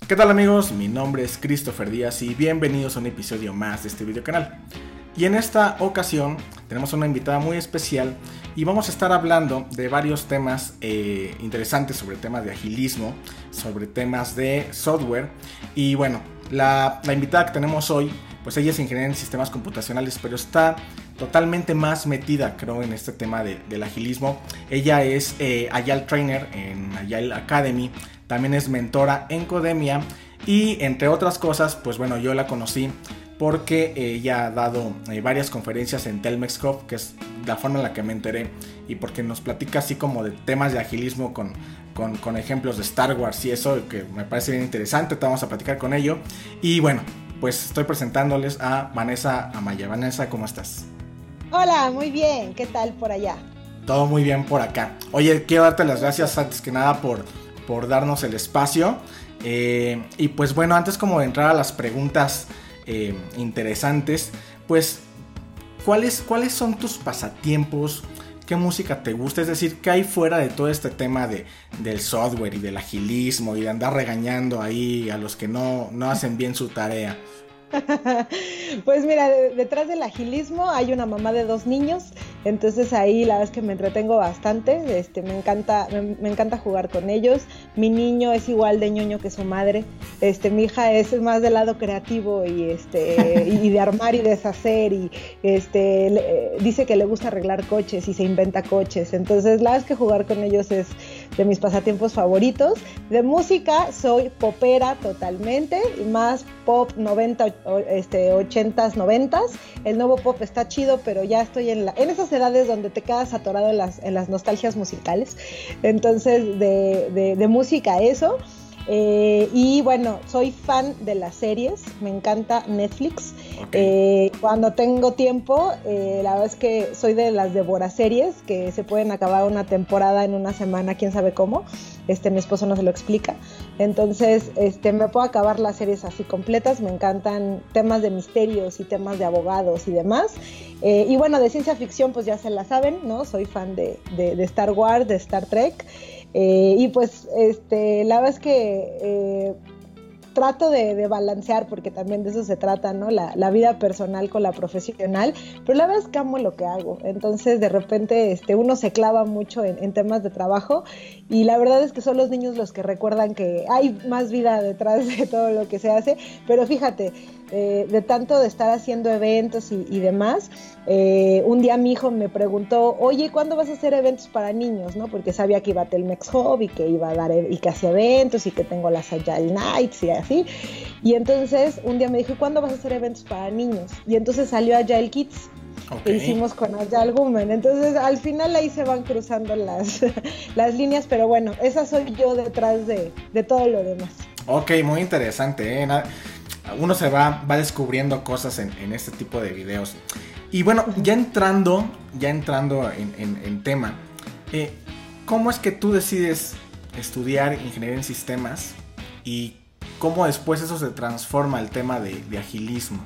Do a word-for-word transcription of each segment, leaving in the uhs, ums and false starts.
¿Qué tal amigos? Mi nombre es Christopher Díaz y bienvenidos a un episodio más de este video canal. Y en esta ocasión tenemos una invitada muy especial y vamos a estar hablando de varios temas eh, interesantes sobre temas de agilismo, sobre temas de software. Y bueno, la, la invitada que tenemos hoy, pues ella es ingeniera en sistemas computacionales, pero está totalmente más metida, creo, en este tema de, del agilismo. Ella es eh, Agile Trainer en Agile Academy, también es mentora en Codemia y entre otras cosas, pues bueno, yo la conocí porque ella ha dado eh, varias conferencias en Telmex Hub, que es la forma en la que me enteré, y porque nos platica así como de temas de agilismo con, con, con ejemplos de Star Wars y eso, que me parece bien interesante. Te vamos a platicar con ello. Y bueno, pues estoy presentándoles a Vanessa Amaya. Vanessa, ¿cómo estás? Hola, muy bien. ¿Qué tal por allá? Todo muy bien por acá. Oye, quiero darte las gracias antes que nada por, por darnos el espacio. Eh, y pues bueno, antes como de entrar a las preguntas eh, interesantes, pues ¿cuáles, ¿cuáles son tus pasatiempos? ¿Qué música te gusta? Es decir, ¿qué hay fuera de todo este tema de, del software y del agilismo y de andar regañando ahí a los que no, no hacen bien su tarea? Pues mira, de, detrás del agilismo hay una mamá de dos niños, entonces ahí la verdad es que me entretengo bastante, este, me encanta, me, me encanta jugar con ellos. Mi niño es igual de ñoño que su madre, este, mi hija es más del lado creativo y este, y de armar y deshacer y este, le, dice que le gusta arreglar coches y se inventa coches, entonces la verdad es que jugar con ellos es de mis pasatiempos favoritos. De música soy popera totalmente, y más pop noventa, este, ochentas, noventas. El nuevo pop está chido, pero ya estoy en, la, en esas edades donde te quedas atorado en las, en las nostalgias musicales. Entonces, de, de, de música eso. Eh, y bueno, soy fan de las series, me encanta Netflix. Okay. Eh, cuando tengo tiempo, eh, la verdad es que soy de las devoraseries que se pueden acabar una temporada en una semana, quién sabe cómo. Este, mi esposo no se lo explica. Entonces, este, me puedo acabar las series así completas. Me encantan temas de misterios y temas de abogados y demás. Eh, y bueno, de ciencia ficción, pues ya se la saben, ¿no? Soy fan de, de, de Star Wars, de Star Trek. Eh, y pues este, la verdad es que eh, trato de, de balancear, porque también de eso se trata, ¿no? La, la vida personal con la profesional, pero la verdad es que amo lo que hago, entonces de repente este, uno se clava mucho en, en temas de trabajo y la verdad es que son los niños los que recuerdan que hay más vida detrás de todo lo que se hace, pero fíjate, eh, de tanto de estar haciendo eventos y, y demás, eh, un día mi hijo me preguntó, oye, ¿cuándo vas a hacer eventos para niños? ¿No? Porque sabía que iba a Telmex Hub y que iba a dar y que hacía eventos y que tengo las Agile Nights y así, y entonces un día me dijo, ¿cuándo vas a hacer eventos para niños? Y entonces salió Agile Kids. Okay. Que hicimos con Agile Women, entonces al final ahí se van cruzando las, las líneas, pero bueno, esa soy yo detrás de, de todo lo demás. Ok, muy interesante, ¿eh? Uno se va, va descubriendo cosas en, en este tipo de videos. Y bueno, ya entrando, ya entrando en, en, en tema, eh, ¿cómo es que tú decides estudiar ingeniería en sistemas y cómo después eso se transforma al tema de, de agilismo?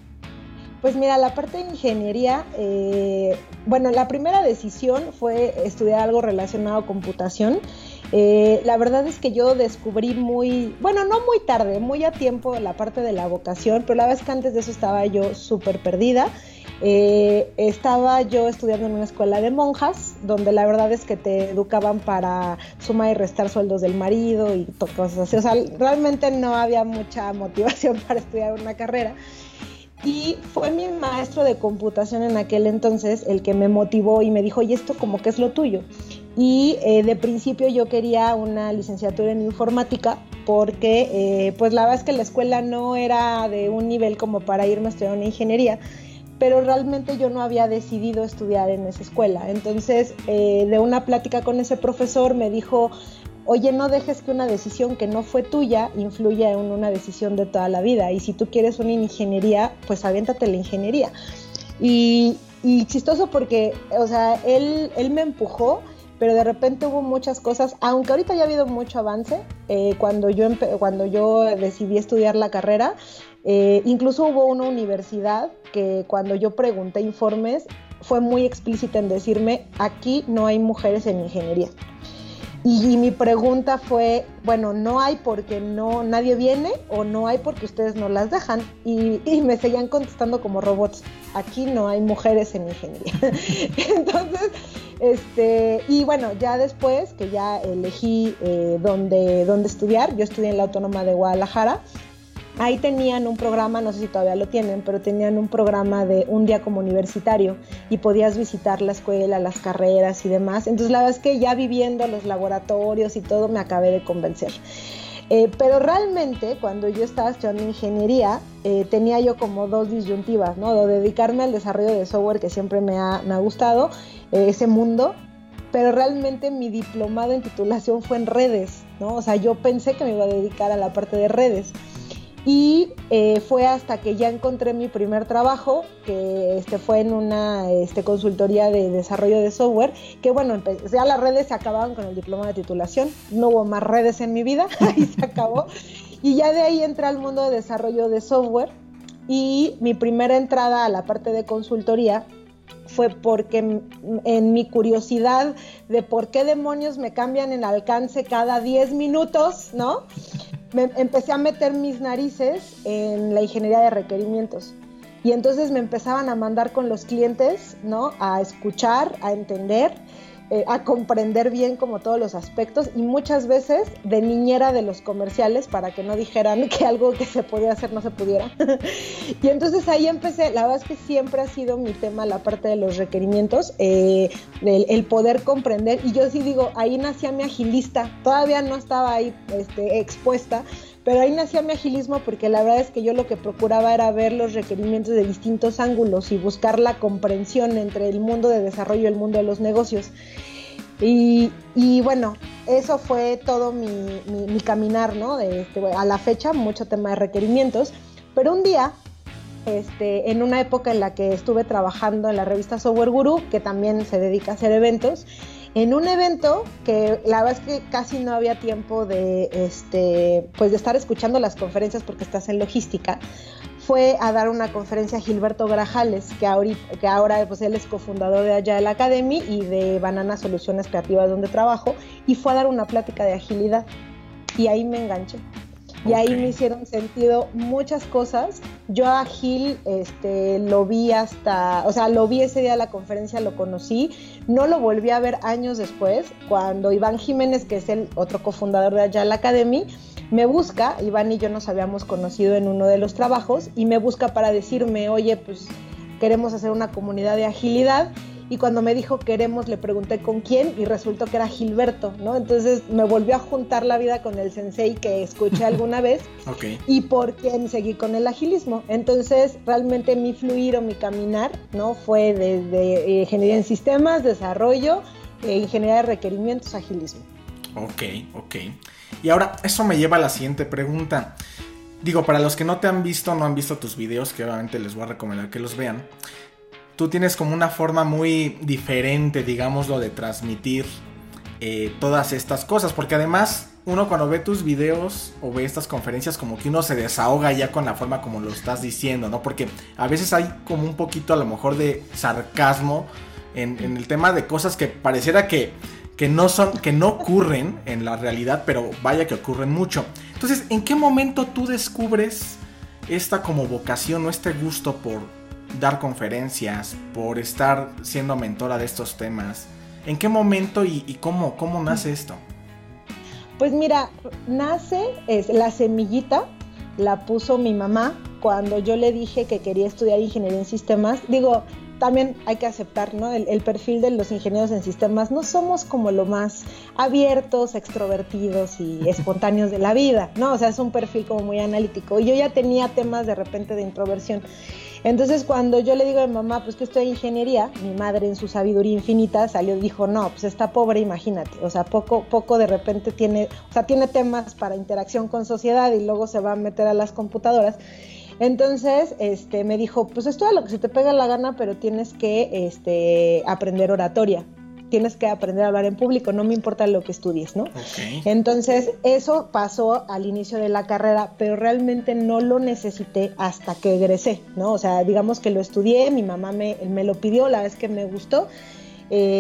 Pues mira, la parte de ingeniería, eh, bueno, la primera decisión fue estudiar algo relacionado a computación. Eh, la verdad es que yo descubrí muy, bueno, no muy tarde, muy a tiempo la parte de la vocación, pero la verdad es que antes de eso estaba yo súper perdida. Eh, estaba yo estudiando en una escuela de monjas, donde la verdad es que te educaban para sumar y restar sueldos del marido y cosas así. O sea, realmente no había mucha motivación para estudiar una carrera. Y fue mi maestro de computación en aquel entonces el que me motivó y me dijo, oye, esto como que es lo tuyo. Y eh, de principio yo quería una licenciatura en informática porque eh, pues la verdad es que la escuela no era de un nivel como para irme a estudiar una ingeniería, pero realmente yo no había decidido estudiar en esa escuela. Entonces eh, de una plática con ese profesor me dijo, oye, no dejes que una decisión que no fue tuya influya en una decisión de toda la vida, y si tú quieres una ingeniería, pues aviéntate la ingeniería. Y, y chistoso porque, o sea, él, él me empujó, pero de repente hubo muchas cosas, aunque ahorita ya ha habido mucho avance, eh, cuando, yo empe- cuando yo decidí estudiar la carrera, eh, incluso hubo una universidad que cuando yo pregunté informes, fue muy explícita en decirme, aquí no hay mujeres en ingeniería. Y, y mi pregunta fue, bueno, ¿no hay porque no nadie viene o no hay porque ustedes no las dejan? Y, y me seguían contestando como robots, aquí no hay mujeres en ingeniería. Entonces, este, y bueno, ya después que ya elegí eh, dónde, dónde estudiar, yo estudié en la Autónoma de Guadalajara. Ahí tenían un programa, no sé si todavía lo tienen, pero tenían un programa de un día como universitario y podías visitar la escuela, las carreras y demás. Entonces la verdad es que ya viviendo los laboratorios y todo me acabé de convencer. Eh, pero realmente cuando yo estaba estudiando ingeniería eh, tenía yo como dos disyuntivas, ¿no? De dedicarme al desarrollo de software, que siempre me ha, me ha gustado, eh, ese mundo, pero realmente mi diplomado en titulación fue en redes, ¿no? O sea, yo pensé que me iba a dedicar a la parte de redes. Y eh, fue hasta que ya encontré mi primer trabajo, que este, fue en una este, consultoría de desarrollo de software, que bueno, ya las redes se acababan con el diploma de titulación, no hubo más redes en mi vida, ahí se acabó, y ya de ahí entré al mundo de desarrollo de software, y mi primera entrada a la parte de consultoría fue porque en mi curiosidad de por qué demonios me cambian el alcance cada diez minutos, ¿no? Me empecé a meter mis narices en la ingeniería de requerimientos y entonces me empezaban a mandar con los clientes, ¿no? A escuchar, a entender, eh, a comprender bien como todos los aspectos y muchas veces de niñera de los comerciales para que no dijeran que algo que se podía hacer no se pudiera. Y entonces ahí empecé, la verdad es que siempre ha sido mi tema la parte de los requerimientos, eh, el, el poder comprender, y yo sí digo, ahí nacía mi agilista, todavía no estaba ahí este, expuesta, pero ahí nacía mi agilismo porque la verdad es que yo lo que procuraba era ver los requerimientos de distintos ángulos y buscar la comprensión entre el mundo de desarrollo y el mundo de los negocios. Y, y bueno, eso fue todo mi, mi, mi caminar, ¿no? De, este, a la fecha, mucho tema de requerimientos, pero un día, este, en una época en la que estuve trabajando en la revista Software Guru, que también se dedica a hacer eventos, en un evento que la verdad es que casi no había tiempo de, este, pues de estar escuchando las conferencias porque estás en logística, fue a dar una conferencia a Gilberto Grajales, que, ahorita, que ahora pues él es cofundador de Agile Academy y de Banana Soluciones Creativas donde trabajo, y fue a dar una plática de agilidad y ahí me enganché. Y okay. Ahí me hicieron sentido muchas cosas. Yo a Gil este, lo vi hasta, o sea, lo vi ese día de la conferencia, lo conocí, no lo volví a ver años después, cuando Iván Jiménez, que es el otro cofundador de Agile Academy, me busca, Iván y yo nos habíamos conocido en uno de los trabajos, y me busca para decirme, oye, pues queremos hacer una comunidad de agilidad. Y cuando me dijo queremos, le pregunté con quién y resultó que era Gilberto, ¿no? Entonces me volvió a juntar la vida con el sensei que escuché alguna vez okay. Y por quien seguí con el agilismo. Entonces realmente mi fluir o mi caminar, ¿no? Fue desde eh, ingeniería en sistemas, desarrollo, eh, ingeniería de requerimientos, agilismo. Ok, ok. Y ahora eso me lleva a la siguiente pregunta. Digo, para los que no te han visto, no han visto tus videos, que obviamente les voy a recomendar que los vean. Tú tienes como una forma muy diferente, digámoslo, de transmitir eh, todas estas cosas. Porque además, uno cuando ve tus videos o ve estas conferencias, como que uno se desahoga ya con la forma como lo estás diciendo, ¿no? Porque a veces hay como un poquito a lo mejor de sarcasmo en, en el tema de cosas que pareciera que, que, no son, que no ocurren en la realidad, pero vaya que ocurren mucho. Entonces, ¿en qué momento tú descubres esta como vocación o este gusto por dar conferencias, por estar siendo mentora de estos temas? ¿En qué momento y, y cómo, cómo nace esto? Pues mira, nace, es, la semillita la puso mi mamá cuando yo le dije que quería estudiar ingeniería en sistemas. Digo, también hay que aceptar, ¿no? El, el perfil de los ingenieros en sistemas no somos como lo más abiertos, extrovertidos y espontáneos de la vida, ¿no? O sea, es un perfil como muy analítico. Y yo ya tenía temas de repente de introversión. Entonces cuando yo le digo a mi mamá, pues que estoy en ingeniería, mi madre en su sabiduría infinita salió y dijo, no, pues está pobre, imagínate, o sea, poco, poco de repente tiene, o sea, tiene temas para interacción con sociedad y luego se va a meter a las computadoras. Entonces, este, me dijo, pues estudia lo que se te pega la gana, pero tienes que, este, aprender oratoria. Tienes que aprender a hablar en público, no me importa lo que estudies, ¿no? Okay. Entonces, eso pasó al inicio de la carrera, pero realmente no lo necesité hasta que egresé, ¿no? O sea, digamos que lo estudié, mi mamá me, me lo pidió, la vez que me gustó, eh,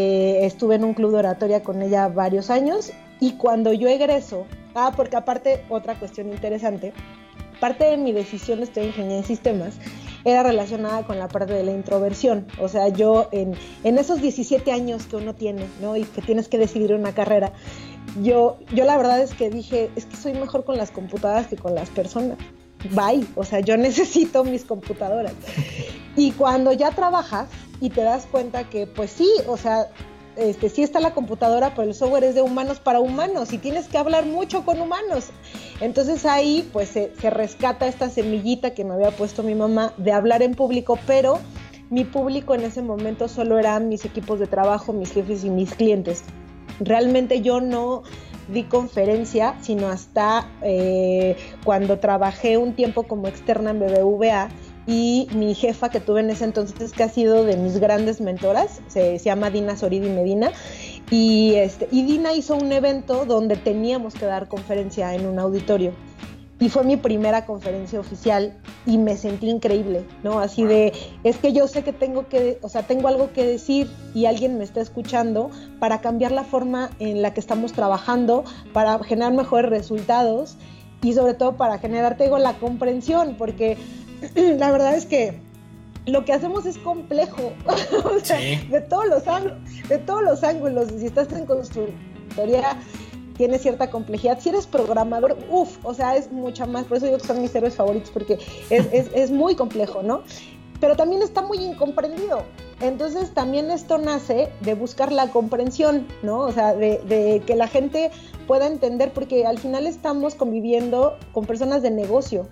estuve en un club de oratoria con ella varios años, y cuando yo egreso, ah, porque aparte, otra cuestión interesante, parte de mi decisión de estudiar ingeniería en sistemas era relacionada con la parte de la introversión. O sea, yo en, en esos diecisiete años que uno tiene, ¿no? Y que tienes que decidir una carrera, yo, yo la verdad es que dije, es que soy mejor con las computadoras que con las personas. Bye, o sea, yo necesito mis computadoras. Y cuando ya trabajas y te das cuenta que, pues sí, o sea, Este, sí está la computadora, pero el software es de humanos para humanos y tienes que hablar mucho con humanos. Entonces ahí pues se, se rescata esta semillita que me había puesto mi mamá de hablar en público, pero mi público en ese momento solo eran mis equipos de trabajo, mis jefes y mis clientes. Realmente yo no di conferencia, sino hasta eh, cuando trabajé un tiempo como externa en B B V A, y mi jefa que tuve en ese entonces, que ha sido de mis grandes mentoras, se, se llama Dina Soridi Medina, y, este, y Dina hizo un evento donde teníamos que dar conferencia en un auditorio, y fue mi primera conferencia oficial, y me sentí increíble, ¿no? Así de, es que yo sé que tengo que, o sea, tengo algo que decir, y alguien me está escuchando para cambiar la forma en la que estamos trabajando, para generar mejores resultados, y sobre todo para generar, te digo, la comprensión, porque la verdad es que lo que hacemos es complejo, o sea, sí. de todos los ángulos, de todos los ángulos. Si estás en consultoría, tiene cierta complejidad. Si eres programador, uff, o sea, es mucha más. Por eso digo que son mis héroes favoritos, porque es, es, es muy complejo, ¿no? Pero también está muy incomprendido. Entonces también esto nace de buscar la comprensión, ¿no? O sea, de, de que la gente pueda entender, porque al final estamos conviviendo con personas de negocio,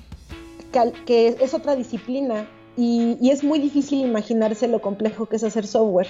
que, que es otra disciplina, y, y es muy difícil imaginarse lo complejo que es hacer software.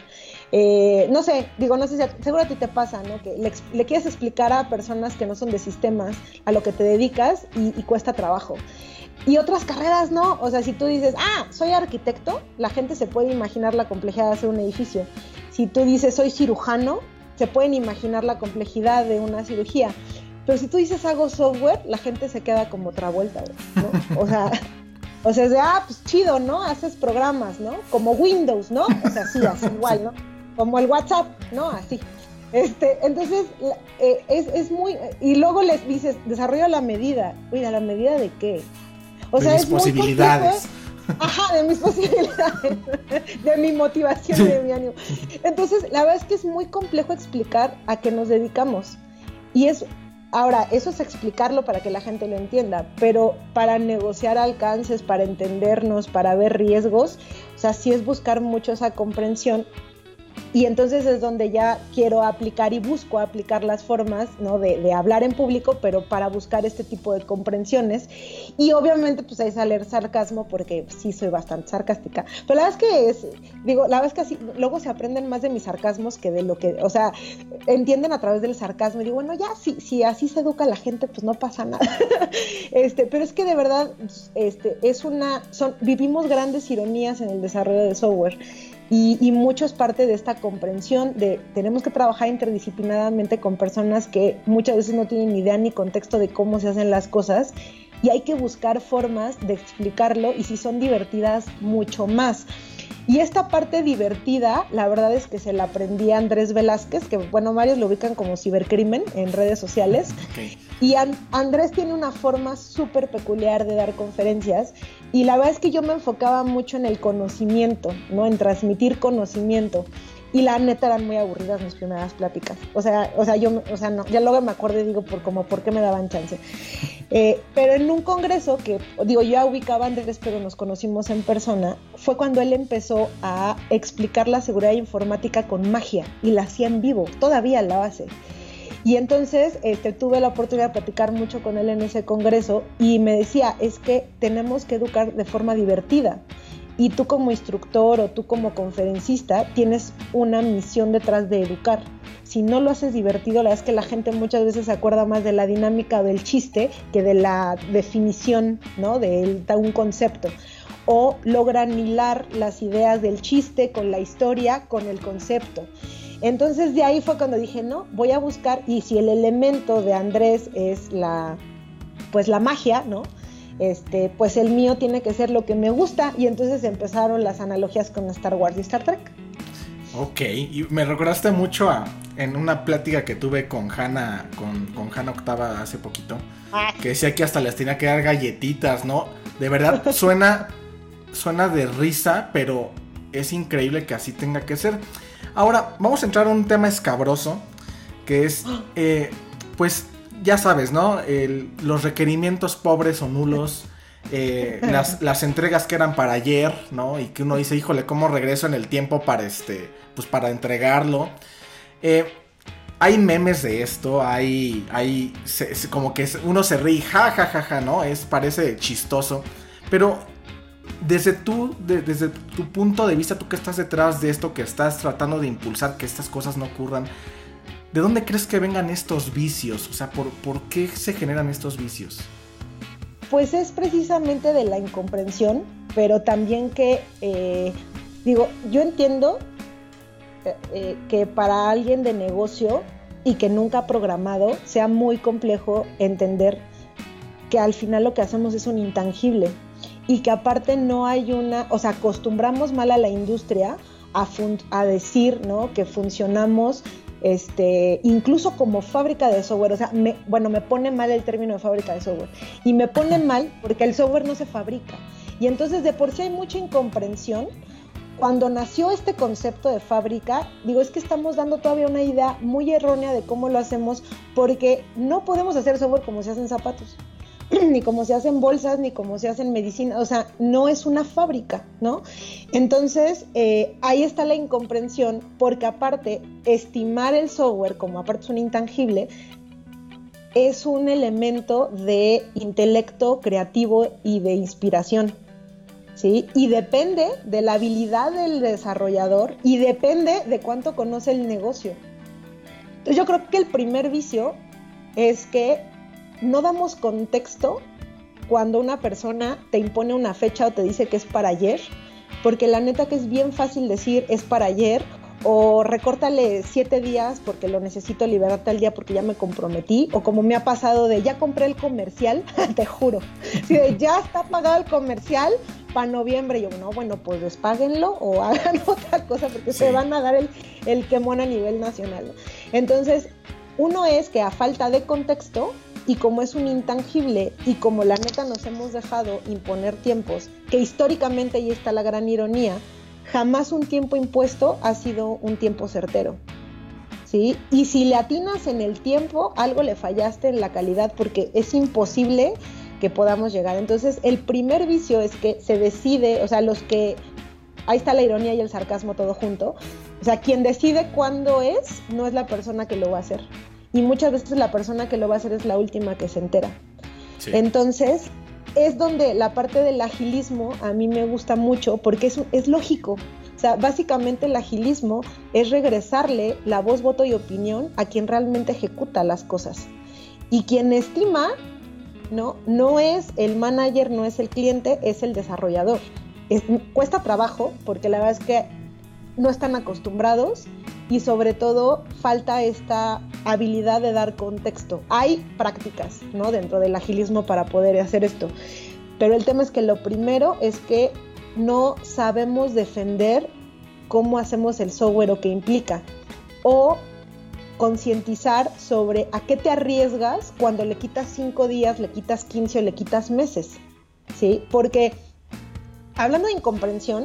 Eh, no sé, digo, no sé si a, seguro a ti te pasa, ¿no? Que le, le quieres explicar a personas que no son de sistemas a lo que te dedicas y, y cuesta trabajo. Y otras carreras no, o sea, si tú dices, ah, soy arquitecto, la gente se puede imaginar la complejidad de hacer un edificio. Si tú dices, soy cirujano, se pueden imaginar la complejidad de una cirugía. Pero si tú dices, hago software, la gente se queda como otra vuelta, ¿no? O sea, o sea, es de, ah, pues chido, ¿no? Haces programas, ¿no? Como Windows, ¿no? O sea, sí, así igual, ¿no? Como el WhatsApp, ¿no? Así. Este, entonces, eh, es, es muy... Y luego les dices, desarrollo a la medida. Oye, ¿a la medida de qué? O de sea, mis es posibilidades. Muy Ajá, de mis posibilidades, de mi motivación, sí. de mi ánimo. Entonces, la verdad es que es muy complejo explicar a qué nos dedicamos. Y es, ahora, eso es explicarlo para que la gente lo entienda, pero para negociar alcances, para entendernos, para ver riesgos, o sea, sí es buscar mucho esa comprensión. Y entonces es donde ya quiero aplicar y busco aplicar las formas, ¿no? de, de hablar en público, pero para buscar este tipo de comprensiones. Y obviamente pues ahí sale el sarcasmo, porque sí soy bastante sarcástica. Pero la verdad es que es, digo, la verdad es que así, luego se aprenden más de mis sarcasmos que de lo que, o sea, entienden a través del sarcasmo. Y digo, bueno, ya, si, si así se educa la gente, pues no pasa nada. este, pero es que de verdad, este, es una, son, vivimos grandes ironías en el desarrollo de software. Y, y mucho es parte de esta comprensión de tenemos que trabajar interdisciplinarmente con personas que muchas veces no tienen ni idea ni contexto de cómo se hacen las cosas, y hay que buscar formas de explicarlo, y si son divertidas, mucho más. Y esta parte divertida, la verdad es que se la aprendí a Andrés Velázquez, que bueno, varios lo ubican como cibercrimen en redes sociales. Okay. Y An- Andrés tiene una forma súper peculiar de dar conferencias, y la verdad es que yo me enfocaba mucho en el conocimiento, ¿no? En transmitir conocimiento. Y la neta eran muy aburridas mis primeras pláticas. O sea, o sea, yo, o sea, no, ya luego me acuerdo y digo, por como, ¿por qué me daban chance? Eh, pero en un congreso que, digo, yo ya ubicaba a Andrés, pero nos conocimos en persona, fue cuando él empezó a explicar la seguridad informática con magia, y la hacía en vivo, todavía la hace. Y entonces este, tuve la oportunidad de platicar mucho con él en ese congreso, y me decía, es que tenemos que educar de forma divertida. Y tú como instructor o tú como conferencista tienes una misión detrás de educar. Si no lo haces divertido, la verdad es que la gente muchas veces se acuerda más de la dinámica o del chiste que de la definición, ¿no? De un concepto. O logran hilar las ideas del chiste con la historia, con el concepto. Entonces de ahí fue cuando dije, no, voy a buscar, y si el elemento de Andrés es la, pues la magia, ¿no? Este, pues el mío tiene que ser lo que me gusta, y entonces empezaron las analogías con Star Wars y Star Trek. Ok, y me recordaste mucho a en una plática que tuve con Hanna, con, con Hanna Octava hace poquito, que decía que hasta les tenía que dar galletitas, ¿no? De verdad, suena, suena de risa, pero es increíble que así tenga que ser. Ahora, vamos a entrar a un tema escabroso, que es, eh, pues, ya sabes, ¿no? El, los requerimientos pobres o nulos, eh, las, las entregas que eran para ayer, ¿no? Y que uno dice, híjole, ¿cómo regreso en el tiempo para este, pues para entregarlo? Eh, hay memes de esto, hay, hay se, se, como que uno se ríe, ja, ja, ja, ja, ¿no? Es, parece chistoso, pero desde tu, de, desde tu punto de vista, tú que estás detrás de esto, que estás tratando de impulsar que estas cosas no ocurran, ¿de dónde crees que vengan estos vicios? O sea, ¿por, ¿por qué se generan estos vicios? Pues es precisamente de la incomprensión, pero también que, eh, digo, yo entiendo eh, que para alguien de negocio y que nunca ha programado, sea muy complejo entender que al final lo que hacemos es un intangible y que aparte no hay una, o sea, acostumbramos mal a la industria a, fun- a decir, ¿no?, que funcionamos Este, incluso como fábrica de software. O sea, me, bueno, me pone mal el término de fábrica de software y me pone mal porque el software no se fabrica y entonces de por sí hay mucha incomprensión. Cuando nació este concepto de fábrica, digo, es que estamos dando todavía una idea muy errónea de cómo lo hacemos, porque no podemos hacer software como se hacen zapatos, ni como se hacen bolsas, ni como se hacen medicina. O sea, no es una fábrica, ¿no? Entonces, eh, ahí está la incomprensión, porque aparte, estimar el software como aparte es un intangible, es un elemento de intelecto creativo y de inspiración, ¿sí? Y depende de la habilidad del desarrollador y depende de cuánto conoce el negocio. Entonces, yo creo que el primer vicio es que no damos contexto cuando una persona te impone una fecha o te dice que es para ayer, porque la neta que es bien fácil decir es para ayer, o recórtale siete días porque lo necesito liberar tal día porque ya me comprometí, o como me ha pasado de ya compré el comercial, te juro, si de ya está pagado el comercial para noviembre, y yo, no, bueno, pues despáguenlo o hagan otra cosa porque sí, se van a dar el, el quemón a nivel nacional. Entonces, uno es que a falta de contexto, y como es un intangible y como la neta nos hemos dejado imponer tiempos, que históricamente, ahí está la gran ironía, jamás un tiempo impuesto ha sido un tiempo certero, ¿sí? Y si le atinas en el tiempo, algo le fallaste en la calidad, porque es imposible que podamos llegar. Entonces, el primer vicio es que se decide, o sea, los que, ahí está la ironía y el sarcasmo todo junto, o sea, quien decide cuándo es, no es la persona que lo va a hacer. Y muchas veces la persona que lo va a hacer es la última que se entera. Sí. Entonces, es donde la parte del agilismo a mí me gusta mucho, porque es, es lógico. O sea, básicamente el agilismo es regresarle la voz, voto y opinión a quien realmente ejecuta las cosas. Y quien estima, ¿no? No es el manager, no es el cliente, es el desarrollador. Es, cuesta trabajo, porque la verdad es que no están acostumbrados, y sobre todo falta esta habilidad de dar contexto. Hay prácticas, ¿no?, dentro del agilismo para poder hacer esto, pero el tema es que lo primero es que no sabemos defender cómo hacemos el software o qué implica, o concientizar sobre a qué te arriesgas cuando le quitas cinco días, le quitas quince o le quitas meses, ¿sí? Porque hablando de incomprensión,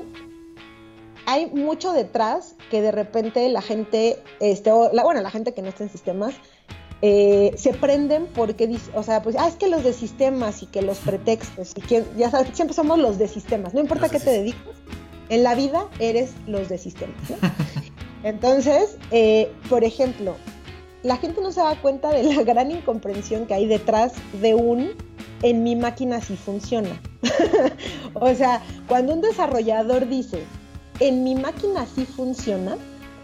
hay mucho detrás que de repente la gente, este, o la, bueno, la gente que no está en sistemas, eh, se prenden porque, o sea, pues, ah, es que los de sistemas y que los pretextos, y que, ya sabes, siempre somos los de sistemas, no importa qué te dediques, en la vida eres los de sistemas, ¿no? Entonces, eh, por ejemplo, la gente no se da cuenta de la gran incomprensión que hay detrás de un en mi máquina sí funciona. O sea, cuando un desarrollador dice en mi máquina sí funciona,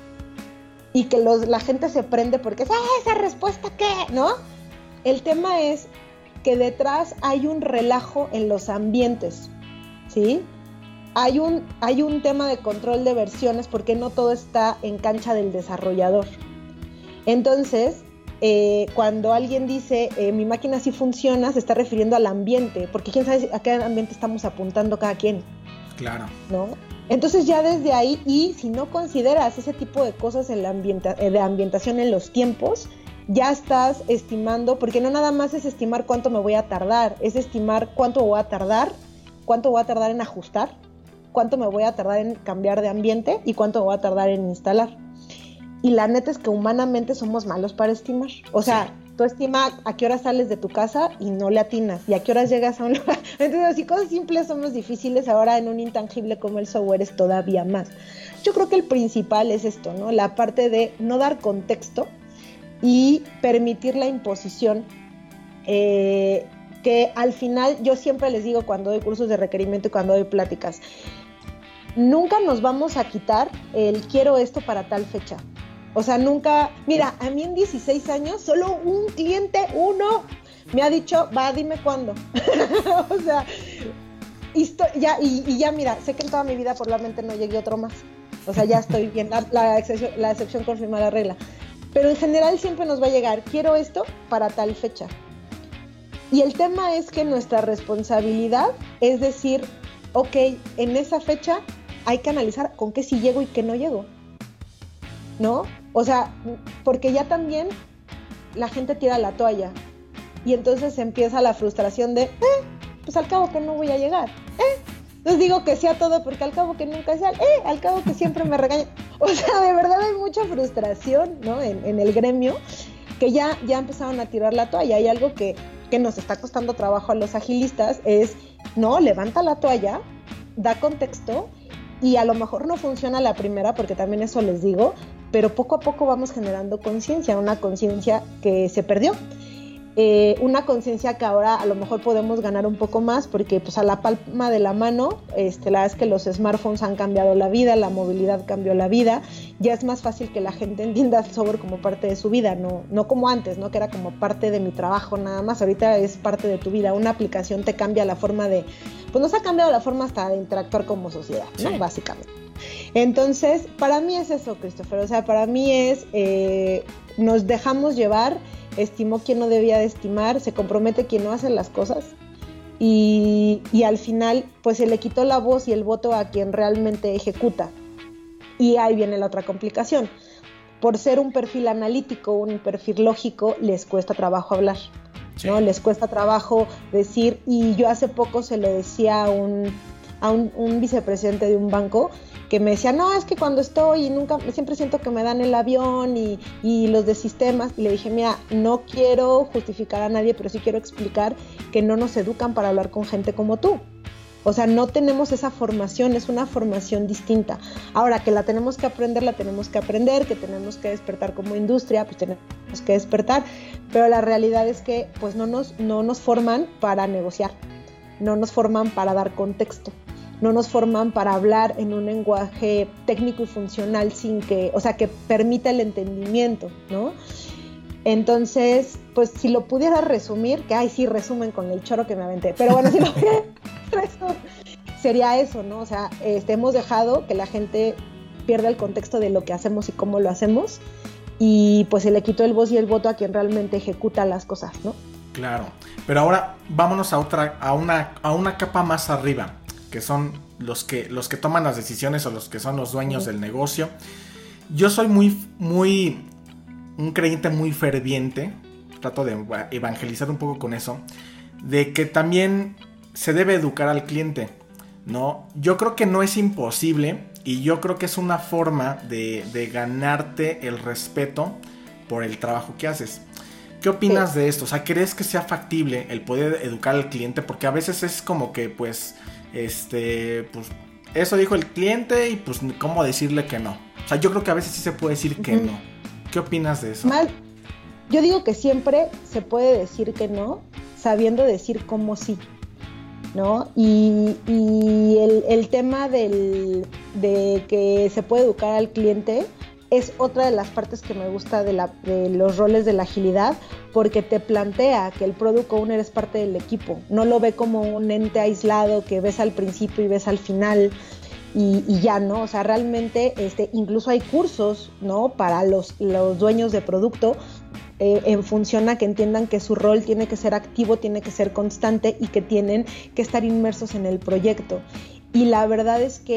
y que los, la gente se prende porque ¡ah, esa respuesta qué!, ¿no? El tema es que detrás hay un relajo en los ambientes, ¿sí? Hay un, hay un tema de control de versiones, porque no todo está en cancha del desarrollador. Entonces, eh, cuando alguien dice eh, mi máquina sí funciona, se está refiriendo al ambiente, porque quién sabe a qué ambiente estamos apuntando cada quien. Claro. ¿No? Entonces ya desde ahí, y si no consideras ese tipo de cosas en la ambienta- de ambientación en los tiempos, ya estás estimando, porque no nada más es estimar cuánto me voy a tardar, es estimar cuánto voy a tardar, cuánto voy a tardar en ajustar, cuánto me voy a tardar en cambiar de ambiente y cuánto voy a tardar en instalar. Y la neta es que humanamente somos malos para estimar. O sea, sí. Tú estimas a qué horas sales de tu casa y no le atinas, y a qué horas llegas a un lugar. Entonces, así cosas simples somos difíciles, ahora en un intangible como el software es todavía más. Yo creo que el principal es esto, ¿no? La parte de no dar contexto y permitir la imposición, eh, que al final yo siempre les digo cuando doy cursos de requerimiento y cuando doy pláticas, nunca nos vamos a quitar el quiero esto para tal fecha. O sea, nunca, mira, a mí en dieciséis años solo un cliente, uno, me ha dicho, va, dime cuándo. O sea, esto, ya, y, y ya mira, sé que en toda mi vida probablemente no llegue otro más. O sea, ya estoy bien, la, la, excepción, la excepción confirma la regla. Pero en general siempre nos va a llegar, quiero esto para tal fecha. Y el tema es que nuestra responsabilidad es decir, ok, en esa fecha hay que analizar con qué sí llego y qué no llego, ¿no? O sea, porque ya también la gente tira la toalla y entonces empieza la frustración de, eh, pues al cabo que no voy a llegar, eh, les digo que sea todo porque al cabo que nunca sea, eh, al cabo que siempre me regañan. O sea, de verdad hay mucha frustración, ¿no? En, en el gremio, que ya, ya empezaron a tirar la toalla. Hay algo que, que nos está costando trabajo a los agilistas, es, no, levanta la toalla, da contexto, y a lo mejor no funciona la primera, porque también eso les digo, pero poco a poco vamos generando conciencia, una conciencia que se perdió. Eh, una conciencia que ahora a lo mejor podemos ganar un poco más, porque pues a la palma de la mano, este, la verdad es que los smartphones han cambiado la vida, la movilidad cambió la vida, ya es más fácil que la gente entienda el software como parte de su vida, no, no como antes, ¿no? Que era como parte de mi trabajo nada más, ahorita es parte de tu vida. Una aplicación te cambia la forma de, pues nos ha cambiado la forma hasta de interactuar como sociedad, ¿no? Sí. Básicamente. Entonces, para mí es eso, Christopher, o sea, para mí es, eh, nos dejamos llevar, estimó quien no debía de estimar, se compromete quien no hace las cosas, y, y al final pues se le quitó la voz y el voto a quien realmente ejecuta. Y ahí viene la otra complicación, por ser un perfil analítico, un perfil lógico, les cuesta trabajo hablar, sí. ¿No? Les cuesta trabajo decir, y yo hace poco se lo decía a un, a un, un vicepresidente de un banco, que me decía, no, es que cuando estoy y nunca, siempre siento que me dan el avión y, y los de sistemas, y le dije, mira, no quiero justificar a nadie, pero sí quiero explicar que no nos educan para hablar con gente como tú. O sea, no tenemos esa formación, es una formación distinta. Ahora, que la tenemos que aprender, la tenemos que aprender, que tenemos que despertar como industria, pues tenemos que despertar, pero la realidad es que pues no nos, no nos forman para negociar, no nos forman para dar contexto, no nos forman para hablar en un lenguaje técnico y funcional sin que, o sea, que permita el entendimiento, ¿no? Entonces, pues si lo pudiera resumir, que ay, sí, resumen con el choro que me aventé, pero bueno, si lo pudiera resumir, sería eso, ¿no? O sea, este, hemos dejado que la gente pierda el contexto de lo que hacemos y cómo lo hacemos, y pues se le quitó el voz y el voto a quien realmente ejecuta las cosas, ¿no? Claro, pero ahora vámonos a otra, a una, a una capa más arriba, que son los que, los que toman las decisiones o los que son los dueños uh-huh. del negocio. Yo soy muy, muy, un creyente muy ferviente, trato de evangelizar un poco con eso, de que también se debe educar al cliente, ¿no? Yo creo que no es imposible, y yo creo que es una forma de, de ganarte el respeto por el trabajo que haces. ¿Qué opinas sí. de esto? O sea, ¿crees que sea factible el poder educar al cliente? Porque a veces es como que, pues, este, pues, eso dijo el cliente y pues, ¿cómo decirle que no? O sea, yo creo que a veces sí se puede decir que uh-huh. no. ¿Qué opinas de eso? Mal. Yo digo que siempre se puede decir que no, sabiendo decir cómo sí, ¿no? Y, y el, el tema del, de que se puede educar al cliente es otra de las partes que me gusta de, la, de los roles de la agilidad, porque te plantea que el product owner es parte del equipo, no lo ve como un ente aislado que ves al principio y ves al final y, y ya, ¿no? O sea, realmente este, incluso hay cursos, ¿no? Para los, los dueños de producto, eh, en función a que entiendan que su rol tiene que ser activo, tiene que ser constante y que tienen que estar inmersos en el proyecto. Y la verdad es que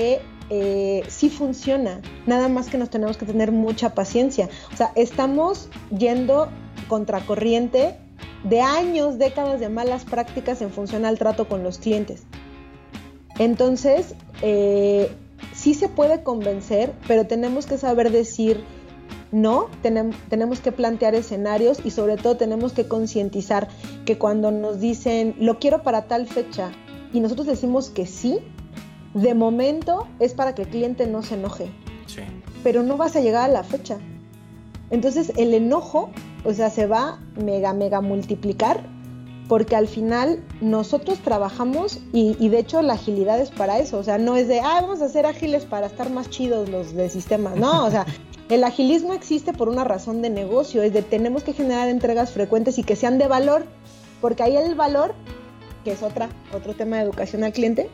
eh, sí funciona, nada más que nos tenemos que tener mucha paciencia. O sea, estamos yendo contracorriente de años, décadas de malas prácticas en función al trato con los clientes. Entonces, eh, sí se puede convencer, pero tenemos que saber decir no, tenem- tenemos que plantear escenarios y sobre todo tenemos que concientizar que cuando nos dicen lo quiero para tal fecha y nosotros decimos que sí, de momento es para que el cliente no se enoje, sí. Pero no vas a llegar a la fecha. Entonces el enojo, o sea, se va mega, mega multiplicar porque al final nosotros trabajamos y, y de hecho la agilidad es para eso, o sea, no es de, ah, vamos a ser ágiles para estar más chidos los de sistemas, no, o sea, el agilismo existe por una razón de negocio, es de tenemos que generar entregas frecuentes y que sean de valor, porque ahí el valor, que es otra, otro tema de educación al cliente,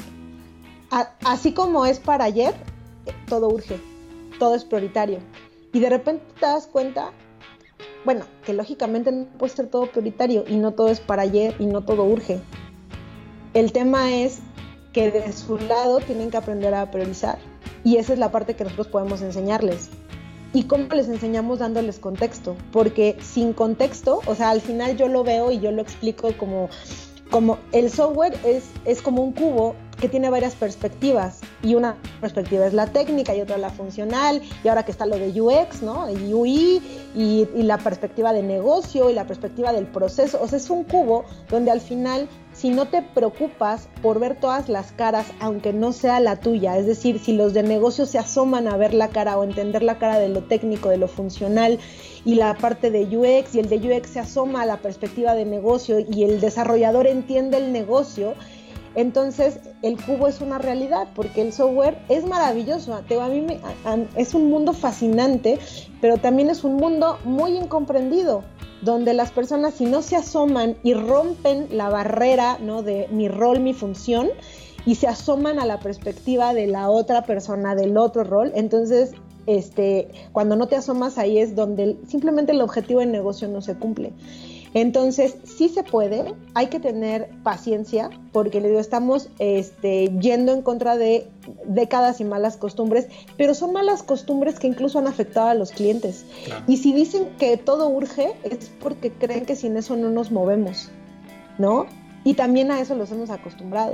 a, así como es para ayer, todo urge, todo es prioritario, y de repente te das cuenta, bueno, que lógicamente no puede ser todo prioritario y no todo es para ayer y no todo urge. El tema es que de su lado tienen que aprender a priorizar y esa es la parte que nosotros podemos enseñarles. ¿Y cómo les enseñamos? Dándoles contexto, porque sin contexto, o sea, al final yo lo veo y yo lo explico como, como el software es, es como un cubo que tiene varias perspectivas y una perspectiva es la técnica y otra la funcional y ahora que está lo de U X, ¿no? Y U I y, y la perspectiva de negocio y la perspectiva del proceso, o sea, es un cubo donde al final si no te preocupas por ver todas las caras aunque no sea la tuya, es decir, si los de negocio se asoman a ver la cara o entender la cara de lo técnico, de lo funcional y la parte de U X y el de U X se asoma a la perspectiva de negocio y el desarrollador entiende el negocio, entonces el cubo es una realidad porque el software es maravilloso. A mí me, a, a, es un mundo fascinante, pero también es un mundo muy incomprendido, donde las personas si no se asoman y rompen la barrera, ¿no? De mi rol, mi función, y se asoman a la perspectiva de la otra persona, del otro rol, entonces este, cuando no te asomas ahí es donde el, simplemente el objetivo de negocio no se cumple. Entonces, sí se puede, hay que tener paciencia, porque le digo, estamos este, yendo en contra de décadas y malas costumbres, pero son malas costumbres que incluso han afectado a los clientes. Claro. Y si dicen que todo urge, es porque creen que sin eso no nos movemos, ¿no? Y también a eso los hemos acostumbrado.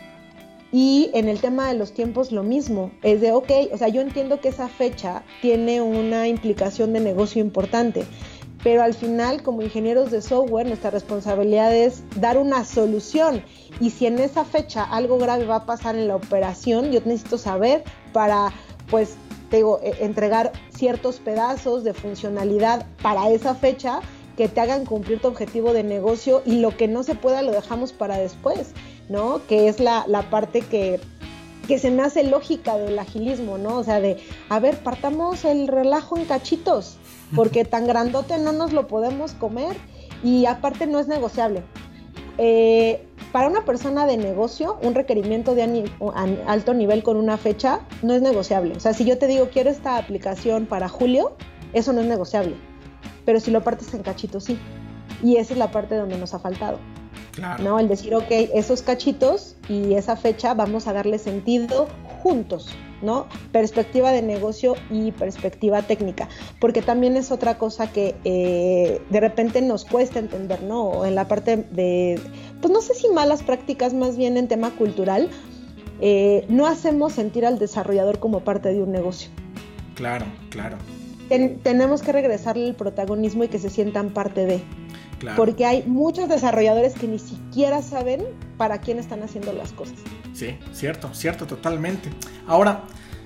Y en el tema de los tiempos lo mismo, es de, ok, o sea, yo entiendo que esa fecha tiene una implicación de negocio importante, pero al final, como ingenieros de software, nuestra responsabilidad es dar una solución. Y si en esa fecha algo grave va a pasar en la operación, yo necesito saber para, pues, te digo, entregar ciertos pedazos de funcionalidad para esa fecha que te hagan cumplir tu objetivo de negocio y lo que no se pueda lo dejamos para después, ¿no? Que es la, la parte que... que se me hace lógica del agilismo, ¿no? O sea, de, a ver, partamos el relajo en cachitos, porque tan grandote no nos lo podemos comer y aparte no es negociable. Eh, para una persona de negocio, un requerimiento de ani- alto nivel con una fecha no es negociable. O sea, si yo te digo, quiero esta aplicación para julio, eso no es negociable. Pero si lo partes en cachitos, sí. Y esa es la parte donde nos ha faltado. Claro. ¿No? El decir, ok, esos cachitos y esa fecha vamos a darle sentido juntos, ¿no? Perspectiva de negocio y perspectiva técnica, porque también es otra cosa que eh, de repente nos cuesta entender, ¿no? En la parte de, pues no sé si malas prácticas, más bien en tema cultural, eh, no hacemos sentir al desarrollador como parte de un negocio. Claro, claro. Ten, tenemos que regresarle el protagonismo y que se sientan parte de... Claro. Porque hay muchos desarrolladores que ni siquiera saben para quién están haciendo las cosas. Sí, cierto, cierto, totalmente. Ahora,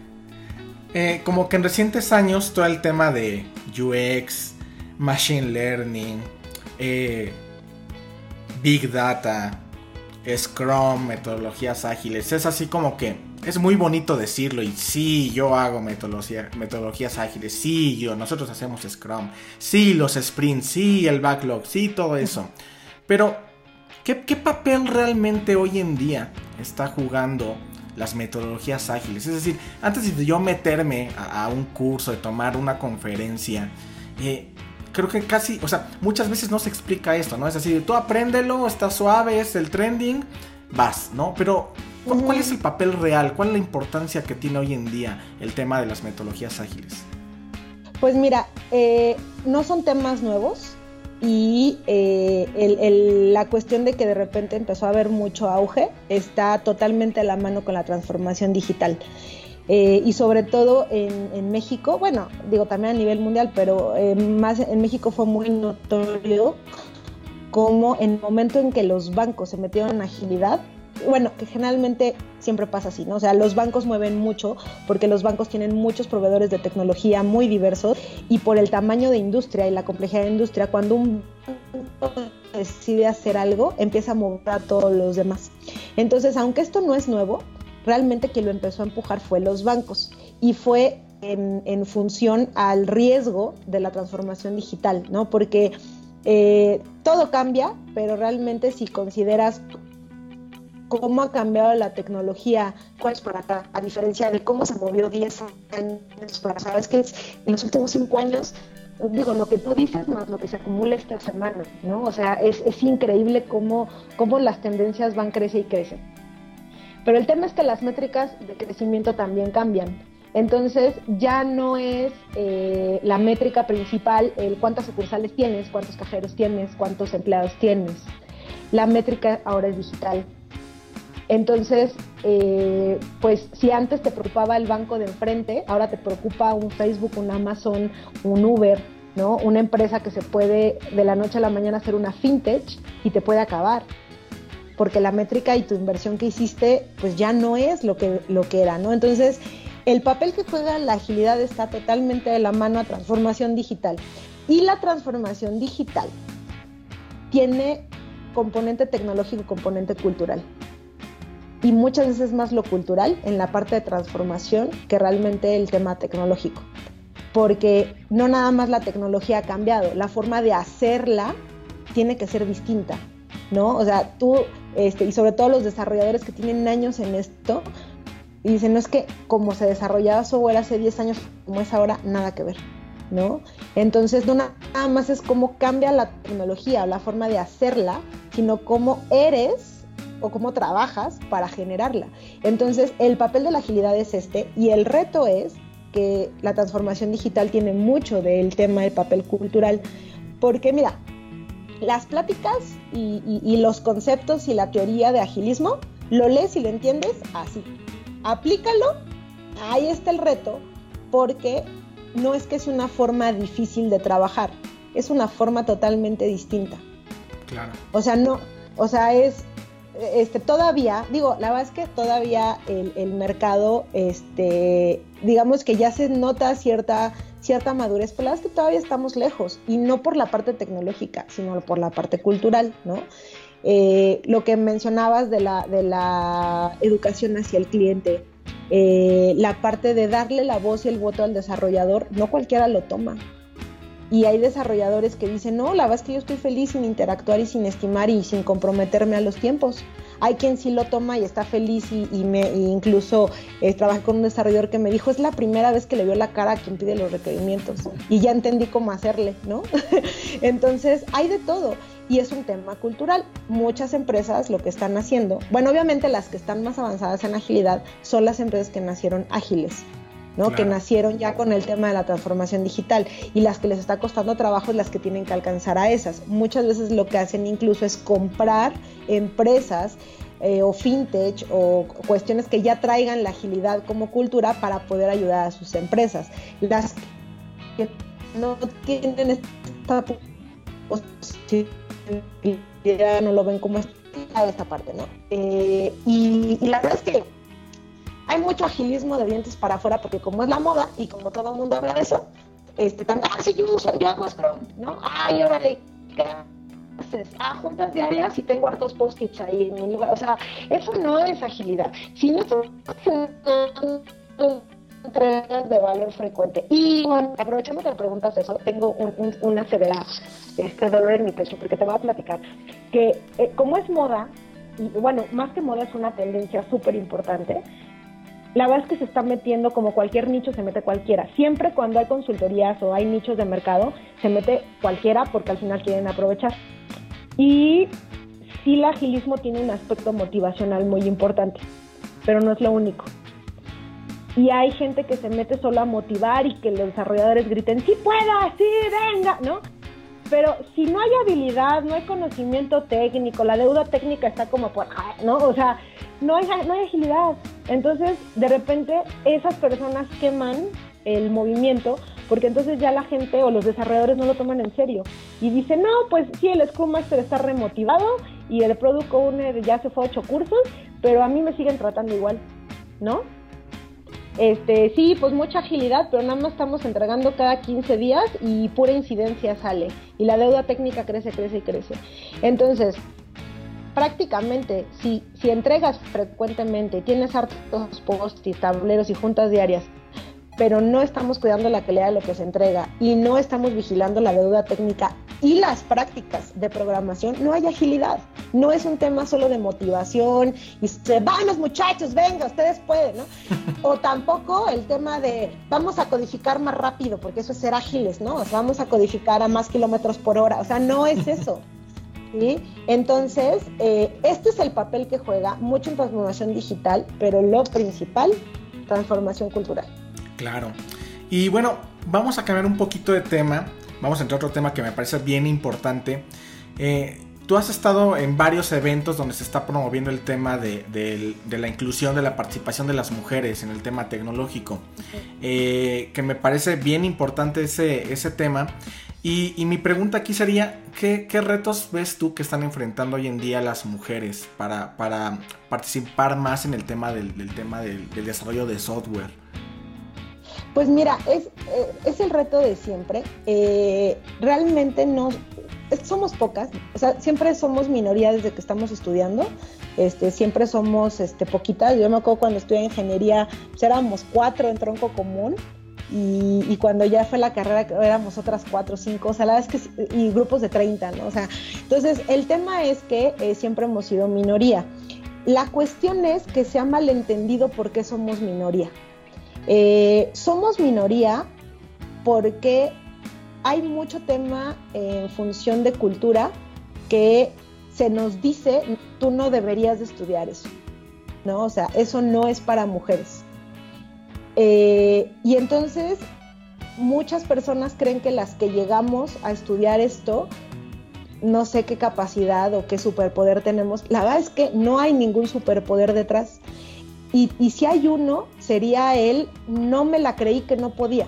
eh, como que en recientes años todo el tema de U X, Machine Learning, eh, Big Data, Scrum, metodologías ágiles, es así como que es muy bonito decirlo y sí, yo hago metodología, metodologías ágiles, sí, yo, nosotros hacemos Scrum, sí, los sprints, sí, el backlog, sí, todo eso. Pero, ¿qué, qué papel realmente hoy en día está jugando las metodologías ágiles? Es decir, antes de yo meterme a, a un curso, de tomar una conferencia, eh, creo que casi, o sea, muchas veces no se explica esto, ¿no? Es decir, tú apréndelo, está suave, es el trending, vas, ¿no? Pero ¿Cuál, uh-huh. ¿Cuál es el papel real? ¿Cuál es la importancia que tiene hoy en día el tema de las metodologías ágiles? Pues mira, eh, no son temas nuevos y eh, el, el, la cuestión de que de repente empezó a haber mucho auge está totalmente a la mano con la transformación digital. Eh, y sobre todo en, en México, bueno, digo también a nivel mundial, pero eh, más en México fue muy notorio como en el momento en que los bancos se metieron en agilidad, bueno, que generalmente siempre pasa así, ¿no? O sea, los bancos mueven mucho porque los bancos tienen muchos proveedores de tecnología muy diversos y por el tamaño de industria y la complejidad de industria, cuando un banco decide hacer algo, empieza a mover a todos los demás. Entonces, aunque esto no es nuevo, realmente quien lo empezó a empujar fue los bancos y fue en, en función al riesgo de la transformación digital, ¿no? Porque eh, todo cambia, pero realmente si consideras cómo ha cambiado la tecnología, cuál es por acá, a diferencia de cómo se movió diez años para acá, es que en los últimos cinco años, digo, lo que tú dices más lo que se acumula esta semana, ¿no? O sea, es, es increíble cómo, cómo las tendencias van crece y crecen. Pero el tema es que las métricas de crecimiento también cambian. Entonces ya no es eh, la métrica principal el cuántas sucursales tienes, cuántos cajeros tienes, cuántos empleados tienes. La métrica ahora es digital. Entonces, eh, pues si antes te preocupaba el banco de enfrente, ahora te preocupa un Facebook, un Amazon, un Uber, ¿no? Una empresa que se puede de la noche a la mañana hacer una fintech y te puede acabar. Porque la métrica y tu inversión que hiciste, pues ya no es lo que, lo que era, ¿no? Entonces, el papel que juega la agilidad está totalmente de la mano a transformación digital. Y la transformación digital tiene componente tecnológico y componente cultural. Y muchas veces más lo cultural en la parte de transformación que realmente el tema tecnológico. Porque no nada más la tecnología ha cambiado, la forma de hacerla tiene que ser distinta, ¿no? O sea, tú, este, y sobre todo los desarrolladores que tienen años en esto, y dicen, no es que como se desarrollaba software hace diez años, como es ahora, nada que ver, ¿no? Entonces, no nada más es cómo cambia la tecnología o la forma de hacerla, sino cómo eres o cómo trabajas para generarla. Entonces, el papel de la agilidad es este, y el reto es que la transformación digital tiene mucho del tema del papel cultural, porque mira, las pláticas y, y, y los conceptos y la teoría de agilismo, lo lees y lo entiendes así. Aplícalo, ahí está el reto, porque no es que es una forma difícil de trabajar, es una forma totalmente distinta. Claro. O sea, no, o sea, es, este, todavía, digo, la verdad es que todavía el, el mercado, este, digamos que ya se nota cierta, cierta madurez, pero la verdad es que todavía estamos lejos, y no por la parte tecnológica, sino por la parte cultural, ¿no? Eh, lo que mencionabas de la, de la educación hacia el cliente, eh, la parte de darle la voz y el voto al desarrollador, no cualquiera lo toma. Y hay desarrolladores que dicen, no, la verdad es que yo estoy feliz sin interactuar y sin estimar y sin comprometerme a los tiempos. Hay quien sí lo toma y está feliz y, y, me, y incluso eh, trabajé con un desarrollador que me dijo, es la primera vez que le veo la cara a quien pide los requerimientos y ya entendí cómo hacerle, ¿no? Entonces, hay de todo. Y es un tema cultural. Muchas empresas lo que están haciendo, bueno, obviamente las que están más avanzadas en agilidad son las empresas que nacieron ágiles, ¿no? Claro. Que nacieron ya con el tema de la transformación digital, y las que les está costando trabajo es las que tienen que alcanzar a esas. Muchas veces lo que hacen incluso es comprar empresas eh, o fintech o cuestiones que ya traigan la agilidad como cultura para poder ayudar a sus empresas. Las que no tienen esta ya no lo ven como esta, esta parte, ¿no? Eh, y, y la verdad es que hay mucho agilismo de dientes para afuera, porque como es la moda y como todo el mundo habla de eso, este, también, ah, sí, yo uso, yo hago Scrum, ¿no? Ay, órale, ¿qué haces? Ah, juntas diarias y tengo hartos post-its ahí en mi lugar. O sea, eso no es agilidad. Si no entregas de valor frecuente. Y bueno, aprovechando que me preguntas eso, tengo un, un, una severa este dolor en mi pecho, porque te voy a platicar que eh, como es moda, y bueno, más que moda es una tendencia súper importante. La verdad es que se está metiendo, como cualquier nicho se mete cualquiera. Siempre cuando hay consultorías o hay nichos de mercado, se mete cualquiera porque al final quieren aprovechar. Y sí, el agilismo tiene un aspecto motivacional muy importante. pero no es lo único. Y hay gente que se mete solo a motivar y que los desarrolladores griten, ¡sí puedo! ¡Sí, venga! ¿No? Pero si no hay habilidad, no hay conocimiento técnico, la deuda técnica está como por, ¿no? O sea, no hay, no hay agilidad. Entonces, de repente, esas personas queman el movimiento, porque entonces ya la gente o los desarrolladores no lo toman en serio. Y dicen, no, pues sí, el Scrum Master está remotivado y el Product Owner ya se fue a ocho cursos, pero a mí me siguen tratando igual, ¿no? Este, sí, pues mucha agilidad, pero nada más estamos entregando cada quince días y pura incidencia sale. Y la deuda técnica crece, crece y crece. Entonces, prácticamente, si, si entregas frecuentemente, tienes hartos post-its, tableros y juntas diarias, pero no estamos cuidando la calidad de lo que se entrega y no estamos vigilando la deuda técnica y las prácticas de programación, no hay agilidad. No es un tema solo de motivación y se vamos muchachos, venga, ustedes pueden, ¿no? O tampoco el tema de vamos a codificar más rápido, porque eso es ser ágiles, ¿no? O sea, vamos a codificar a más kilómetros por hora, o sea, no es eso. ¿Sí? Entonces, eh, este es el papel que juega mucho en transformación digital, pero lo principal, transformación cultural. Claro. Y bueno, vamos a cambiar un poquito de tema. Vamos a entrar a otro tema que me parece bien importante. Eh, tú has estado en varios eventos donde se está promoviendo el tema de, de, de la inclusión, de la participación de las mujeres en el tema tecnológico. Eh, que me parece bien importante ese, ese tema. Y, y mi pregunta aquí sería, ¿qué, ¿qué retos ves tú que están enfrentando hoy en día las mujeres para, para participar más en el tema del, del, tema del, del desarrollo de software? Pues mira, es, es el reto de siempre. Eh, realmente no, somos pocas, o sea, siempre somos minoría desde que estamos estudiando, este, siempre somos este, poquitas. Yo me acuerdo cuando estudié ingeniería, pues éramos cuatro en tronco común, y, y cuando ya fue la carrera éramos otras cuatro o cinco, o sea, la verdad es que, y grupos de treinta, ¿no? O sea, entonces el tema es que eh, siempre hemos sido minoría. La cuestión es que se ha malentendido por qué somos minoría. Eh, somos minoría porque hay mucho tema en función de cultura que se nos dice, tú no deberías de estudiar eso, ¿no? O sea, eso no es para mujeres. Eh, y entonces muchas personas creen que las que llegamos a estudiar esto, no sé qué capacidad o qué superpoder tenemos. La verdad es que no hay ningún superpoder detrás. Y, y si hay uno, sería el no me la creí que no podía.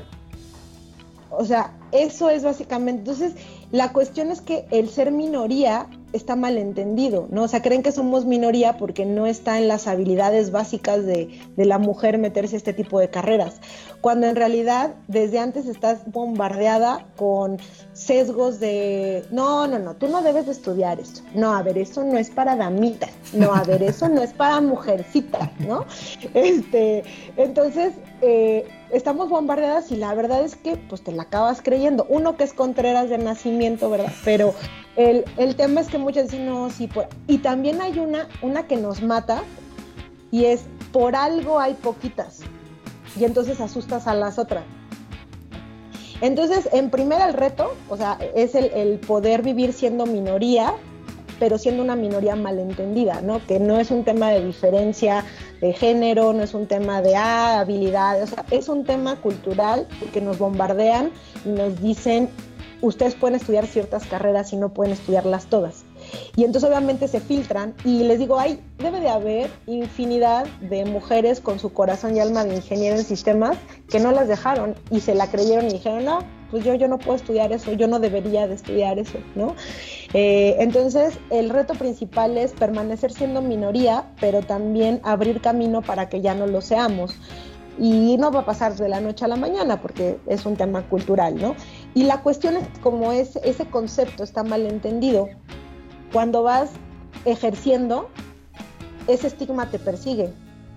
O sea, eso es básicamente. Entonces, la cuestión es que el ser minoría está malentendido, ¿no? O sea, creen que somos minoría porque no está en las habilidades básicas de, de la mujer meterse a este tipo de carreras. Cuando en realidad, desde antes estás bombardeada con sesgos de no, no, no, tú no debes de estudiar esto. No, a ver, eso no es para damitas. No, a ver, eso no es para mujercitas, ¿no? Este, entonces, eh, estamos bombardeadas y la verdad es que pues te la acabas creyendo. Uno que es Contreras de nacimiento, ¿verdad? Pero el, el tema es que muchas dicen, no, sí, por... y también hay una, una que nos mata y es, por algo hay poquitas. Y entonces asustas a las otras. Entonces, en primera el reto, o sea, es el, el poder vivir siendo minoría, pero siendo una minoría malentendida, ¿no? Que no es un tema de diferencia de género, no es un tema de ah, habilidades, o sea, es un tema cultural que nos bombardean y nos dicen, ustedes pueden estudiar ciertas carreras y no pueden estudiarlas todas. Y entonces obviamente se filtran y les digo, hay, debe de haber infinidad de mujeres con su corazón y alma de ingeniero en sistemas que no las dejaron y se la creyeron y dijeron, no, pues yo, yo no puedo estudiar eso, yo no debería de estudiar eso, ¿no? Eh, entonces el reto principal es permanecer siendo minoría, pero también abrir camino para que ya no lo seamos. Y no va a pasar de la noche a la mañana porque es un tema cultural, ¿no? Y la cuestión es como es, ese concepto está mal entendido. Cuando vas ejerciendo, ese estigma te persigue.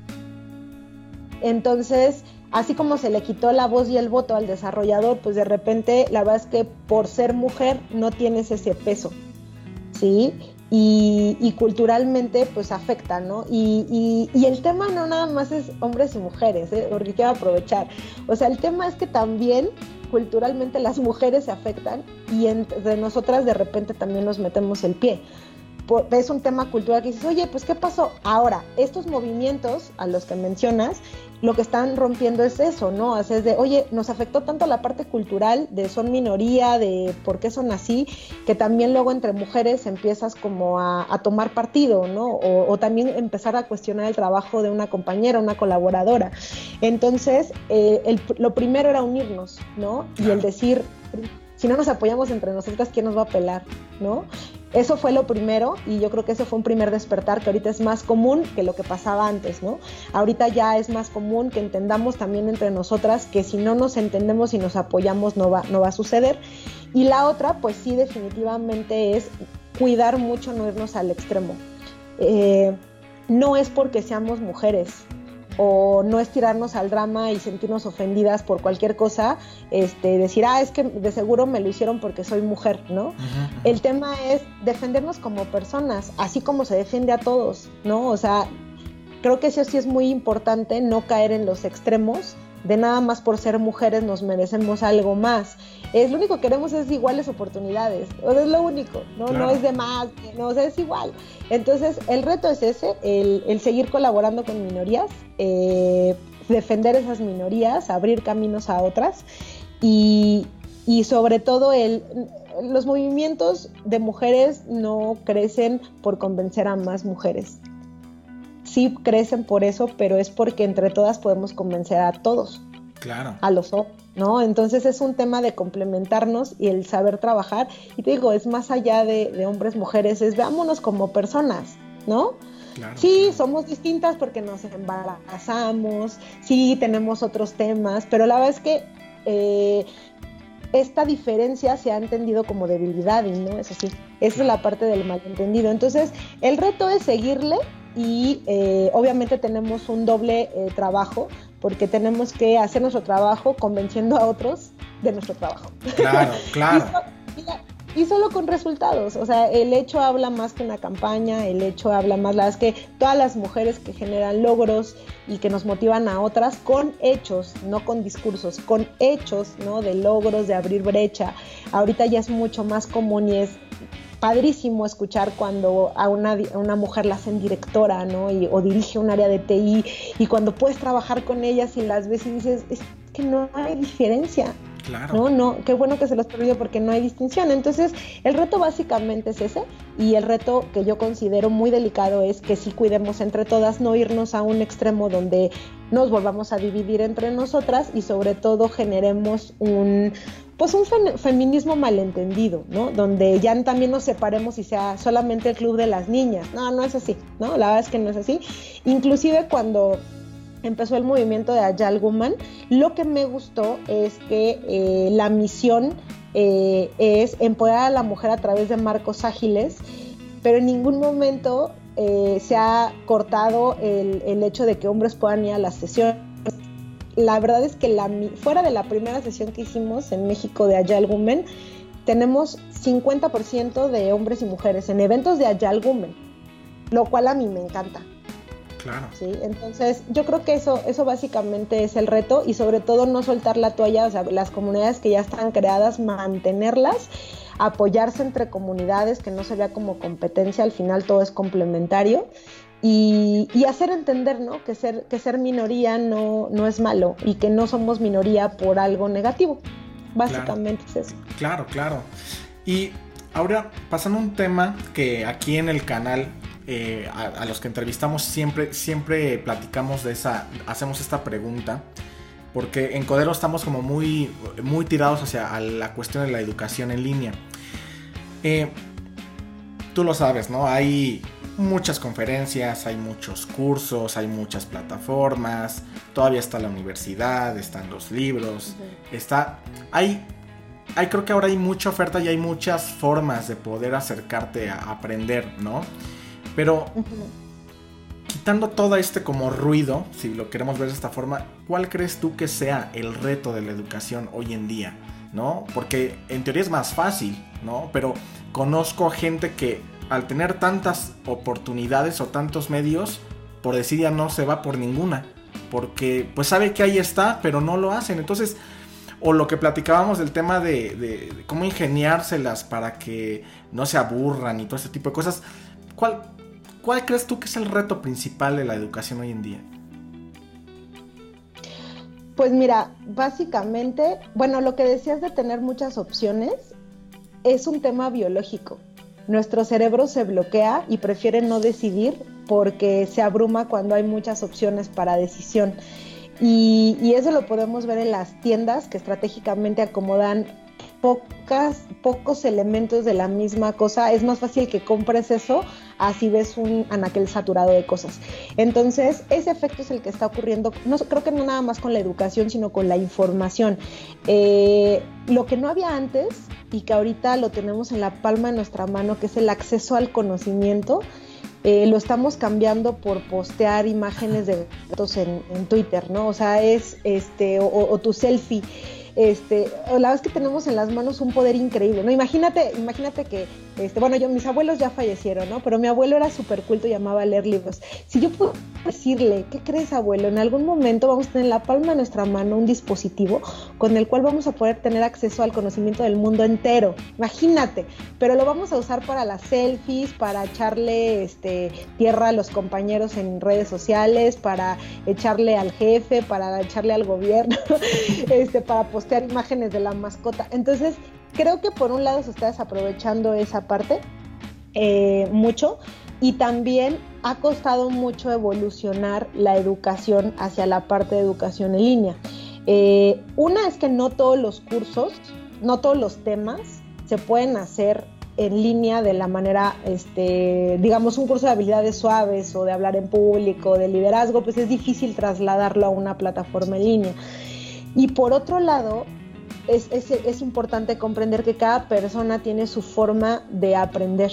Entonces, así como se le quitó la voz y el voto al desarrollador, pues de repente la verdad es que por ser mujer no tienes ese peso, ¿sí? Y, y culturalmente pues afecta, ¿no? Y, y, y el tema no nada más es hombres y mujeres, ¿eh? Porque quiero aprovechar. O sea, el tema es que también culturalmente las mujeres se afectan y entre nosotras de repente también nos metemos el pie. por, es un tema cultural que dices, oye, pues ¿qué pasó? Ahora, estos movimientos a los que mencionas, lo que están rompiendo es eso, ¿no? O sea, es de, oye, nos afectó tanto la parte cultural de son minoría, de por qué son así, que también luego entre mujeres empiezas como a, a tomar partido, ¿no? O, o también empezar a cuestionar el trabajo de una compañera, una colaboradora. Entonces, eh, el, lo primero era unirnos, ¿no? Y el decir, si no nos apoyamos entre nosotras, ¿quién nos va a pelar, ¿no? Eso fue lo primero, y yo creo que ese fue un primer despertar que ahorita es más común que lo que pasaba antes, ¿no? Ahorita ya es más común que entendamos también entre nosotras que si no nos entendemos y nos apoyamos no va, no va a suceder. Y la otra, pues sí, definitivamente es cuidar mucho no irnos al extremo. Eh, no es porque seamos mujeres, o no es tirarnos al drama y sentirnos ofendidas por cualquier cosa, este, decir, ah, es que de seguro me lo hicieron porque soy mujer, ¿no? Uh-huh, uh-huh. El tema es defendernos como personas, así como se defiende a todos, ¿no? O sea, creo que eso sí es muy importante, no caer en los extremos, de nada más por ser mujeres nos merecemos algo más. Es lo único que queremos es iguales oportunidades, o es lo único, ¿no? Claro. No es de más, no, o sea, es igual. Entonces, el reto es ese, el, el seguir colaborando con minorías, eh, defender esas minorías, abrir caminos a otras, y, y sobre todo el, los movimientos de mujeres no crecen por convencer a más mujeres. Sí crecen por eso, pero es porque entre todas podemos convencer a todos. Claro. A los hombres, ¿no? Entonces es un tema de complementarnos y el saber trabajar. Y te digo, es más allá de, de hombres, mujeres, es veámonos como personas, ¿no? Claro, sí, claro. Somos distintas porque nos embarazamos, sí tenemos otros temas, pero la verdad es que eh, esta diferencia se ha entendido como debilidad y no es así. Esa claro. es la parte del malentendido. Entonces, el reto es seguirle. Y eh, obviamente tenemos un doble eh, trabajo, porque tenemos que hacer nuestro trabajo convenciendo a otros de nuestro trabajo. Claro, claro. y, so, y, y solo con resultados, o sea, el hecho habla más que una campaña, el hecho habla más, la verdad es que todas las mujeres que generan logros y que nos motivan a otras con hechos, no con discursos, con hechos, ¿no? De logros, de abrir brecha. Ahorita ya es mucho más común y es padrísimo escuchar cuando a una, a una mujer la hacen directora, ¿no? Y, o dirige un área de T I, y cuando puedes trabajar con ellas y las ves y dices, es que no hay diferencia. Claro. No, no, qué bueno que se los perdió porque no hay distinción. Entonces, el reto básicamente es ese, y el reto que yo considero muy delicado es que sí cuidemos entre todas, no irnos a un extremo donde nos volvamos a dividir entre nosotras y sobre todo generemos un... pues un fe- feminismo malentendido, ¿no? Donde ya también nos separemos y sea solamente el club de las niñas. No, no es así, ¿no? La verdad es que no es así. Inclusive cuando empezó el movimiento de Agile Woman, lo que me gustó es que eh, la misión eh, es empoderar a la mujer a través de marcos ágiles, pero en ningún momento eh, se ha cortado el, el hecho de que hombres puedan ir a las sesiones. La verdad es que la, fuera de la primera sesión que hicimos en México de Agile Women, tenemos cincuenta por ciento de hombres y mujeres en eventos de Agile Women, lo cual a mí me encanta. Claro. Sí, entonces yo creo que eso, eso básicamente es el reto, y sobre todo no soltar la toalla, o sea, las comunidades que ya están creadas, mantenerlas, apoyarse entre comunidades, que no se vea como competencia, al final todo es complementario. Y, y hacer entender, ¿no? Que ser, que ser minoría no, no es malo, y que no somos minoría por algo negativo. Básicamente claro. es eso. Claro, claro. Y ahora, pasando a un tema que aquí en el canal, eh, a, a los que entrevistamos siempre, siempre platicamos de esa, hacemos esta pregunta, porque en Codero estamos como muy, muy tirados hacia a la cuestión de la educación en línea. Eh, tú lo sabes, ¿no? Hay muchas conferencias, hay muchos cursos, hay muchas plataformas, todavía está la universidad, están los libros, uh-huh. está, hay, hay, creo que ahora hay mucha oferta y hay muchas formas de poder acercarte a aprender, ¿no? Pero uh-huh. quitando todo este como ruido, si lo queremos ver de esta forma, ¿cuál crees tú que sea el reto de la educación hoy en día, ¿no? Porque en teoría es más fácil, ¿no? Pero conozco gente que al tener tantas oportunidades o tantos medios, por decir ya no se va por ninguna, porque pues sabe que ahí está, pero no lo hacen. Entonces, o lo que platicábamos del tema de, de, de cómo ingeniárselas para que no se aburran y todo ese tipo de cosas, ¿cuál, ¿cuál crees tú que es el reto principal de la educación hoy en día? Pues mira, básicamente, bueno, lo que decías de tener muchas opciones es un tema biológico. Nuestro cerebro se bloquea y prefiere no decidir porque se abruma cuando hay muchas opciones para decisión. Y, y eso lo podemos ver en las tiendas que estratégicamente acomodan pocas, pocos elementos de la misma cosa. Es más fácil que compres eso así ves un anaquel saturado de cosas. Entonces, ese efecto es el que está ocurriendo, no, creo que no nada más con la educación, sino con la información. Eh, lo que no había antes y que ahorita lo tenemos en la palma de nuestra mano, que es el acceso al conocimiento, Eh, lo estamos cambiando por postear imágenes de gatos en, en Twitter, ¿no? O sea, es este, o, o tu selfie. Este, la verdad es que tenemos en las manos un poder increíble, ¿no? Imagínate, imagínate que, este, bueno, yo, mis abuelos ya fallecieron, ¿no? Pero mi abuelo era súper culto y amaba leer libros. Si yo puedo decirle, ¿qué crees, abuelo? En algún momento vamos a tener en la palma de nuestra mano un dispositivo con el cual vamos a poder tener acceso al conocimiento del mundo entero. Imagínate, pero lo vamos a usar para las selfies, para echarle este, tierra a los compañeros en redes sociales, para echarle al jefe, para echarle al gobierno, este, para postear imágenes de la mascota. Entonces, creo que por un lado se está desaprovechando esa parte eh, mucho, y también ha costado mucho evolucionar la educación hacia la parte de educación en línea. Eh, una es que no todos los cursos, no todos los temas se pueden hacer en línea de la manera, este, digamos, un curso de habilidades suaves o de hablar en público, de liderazgo, pues es difícil trasladarlo a una plataforma en línea. Y por otro lado, es, es, es importante comprender que cada persona tiene su forma de aprender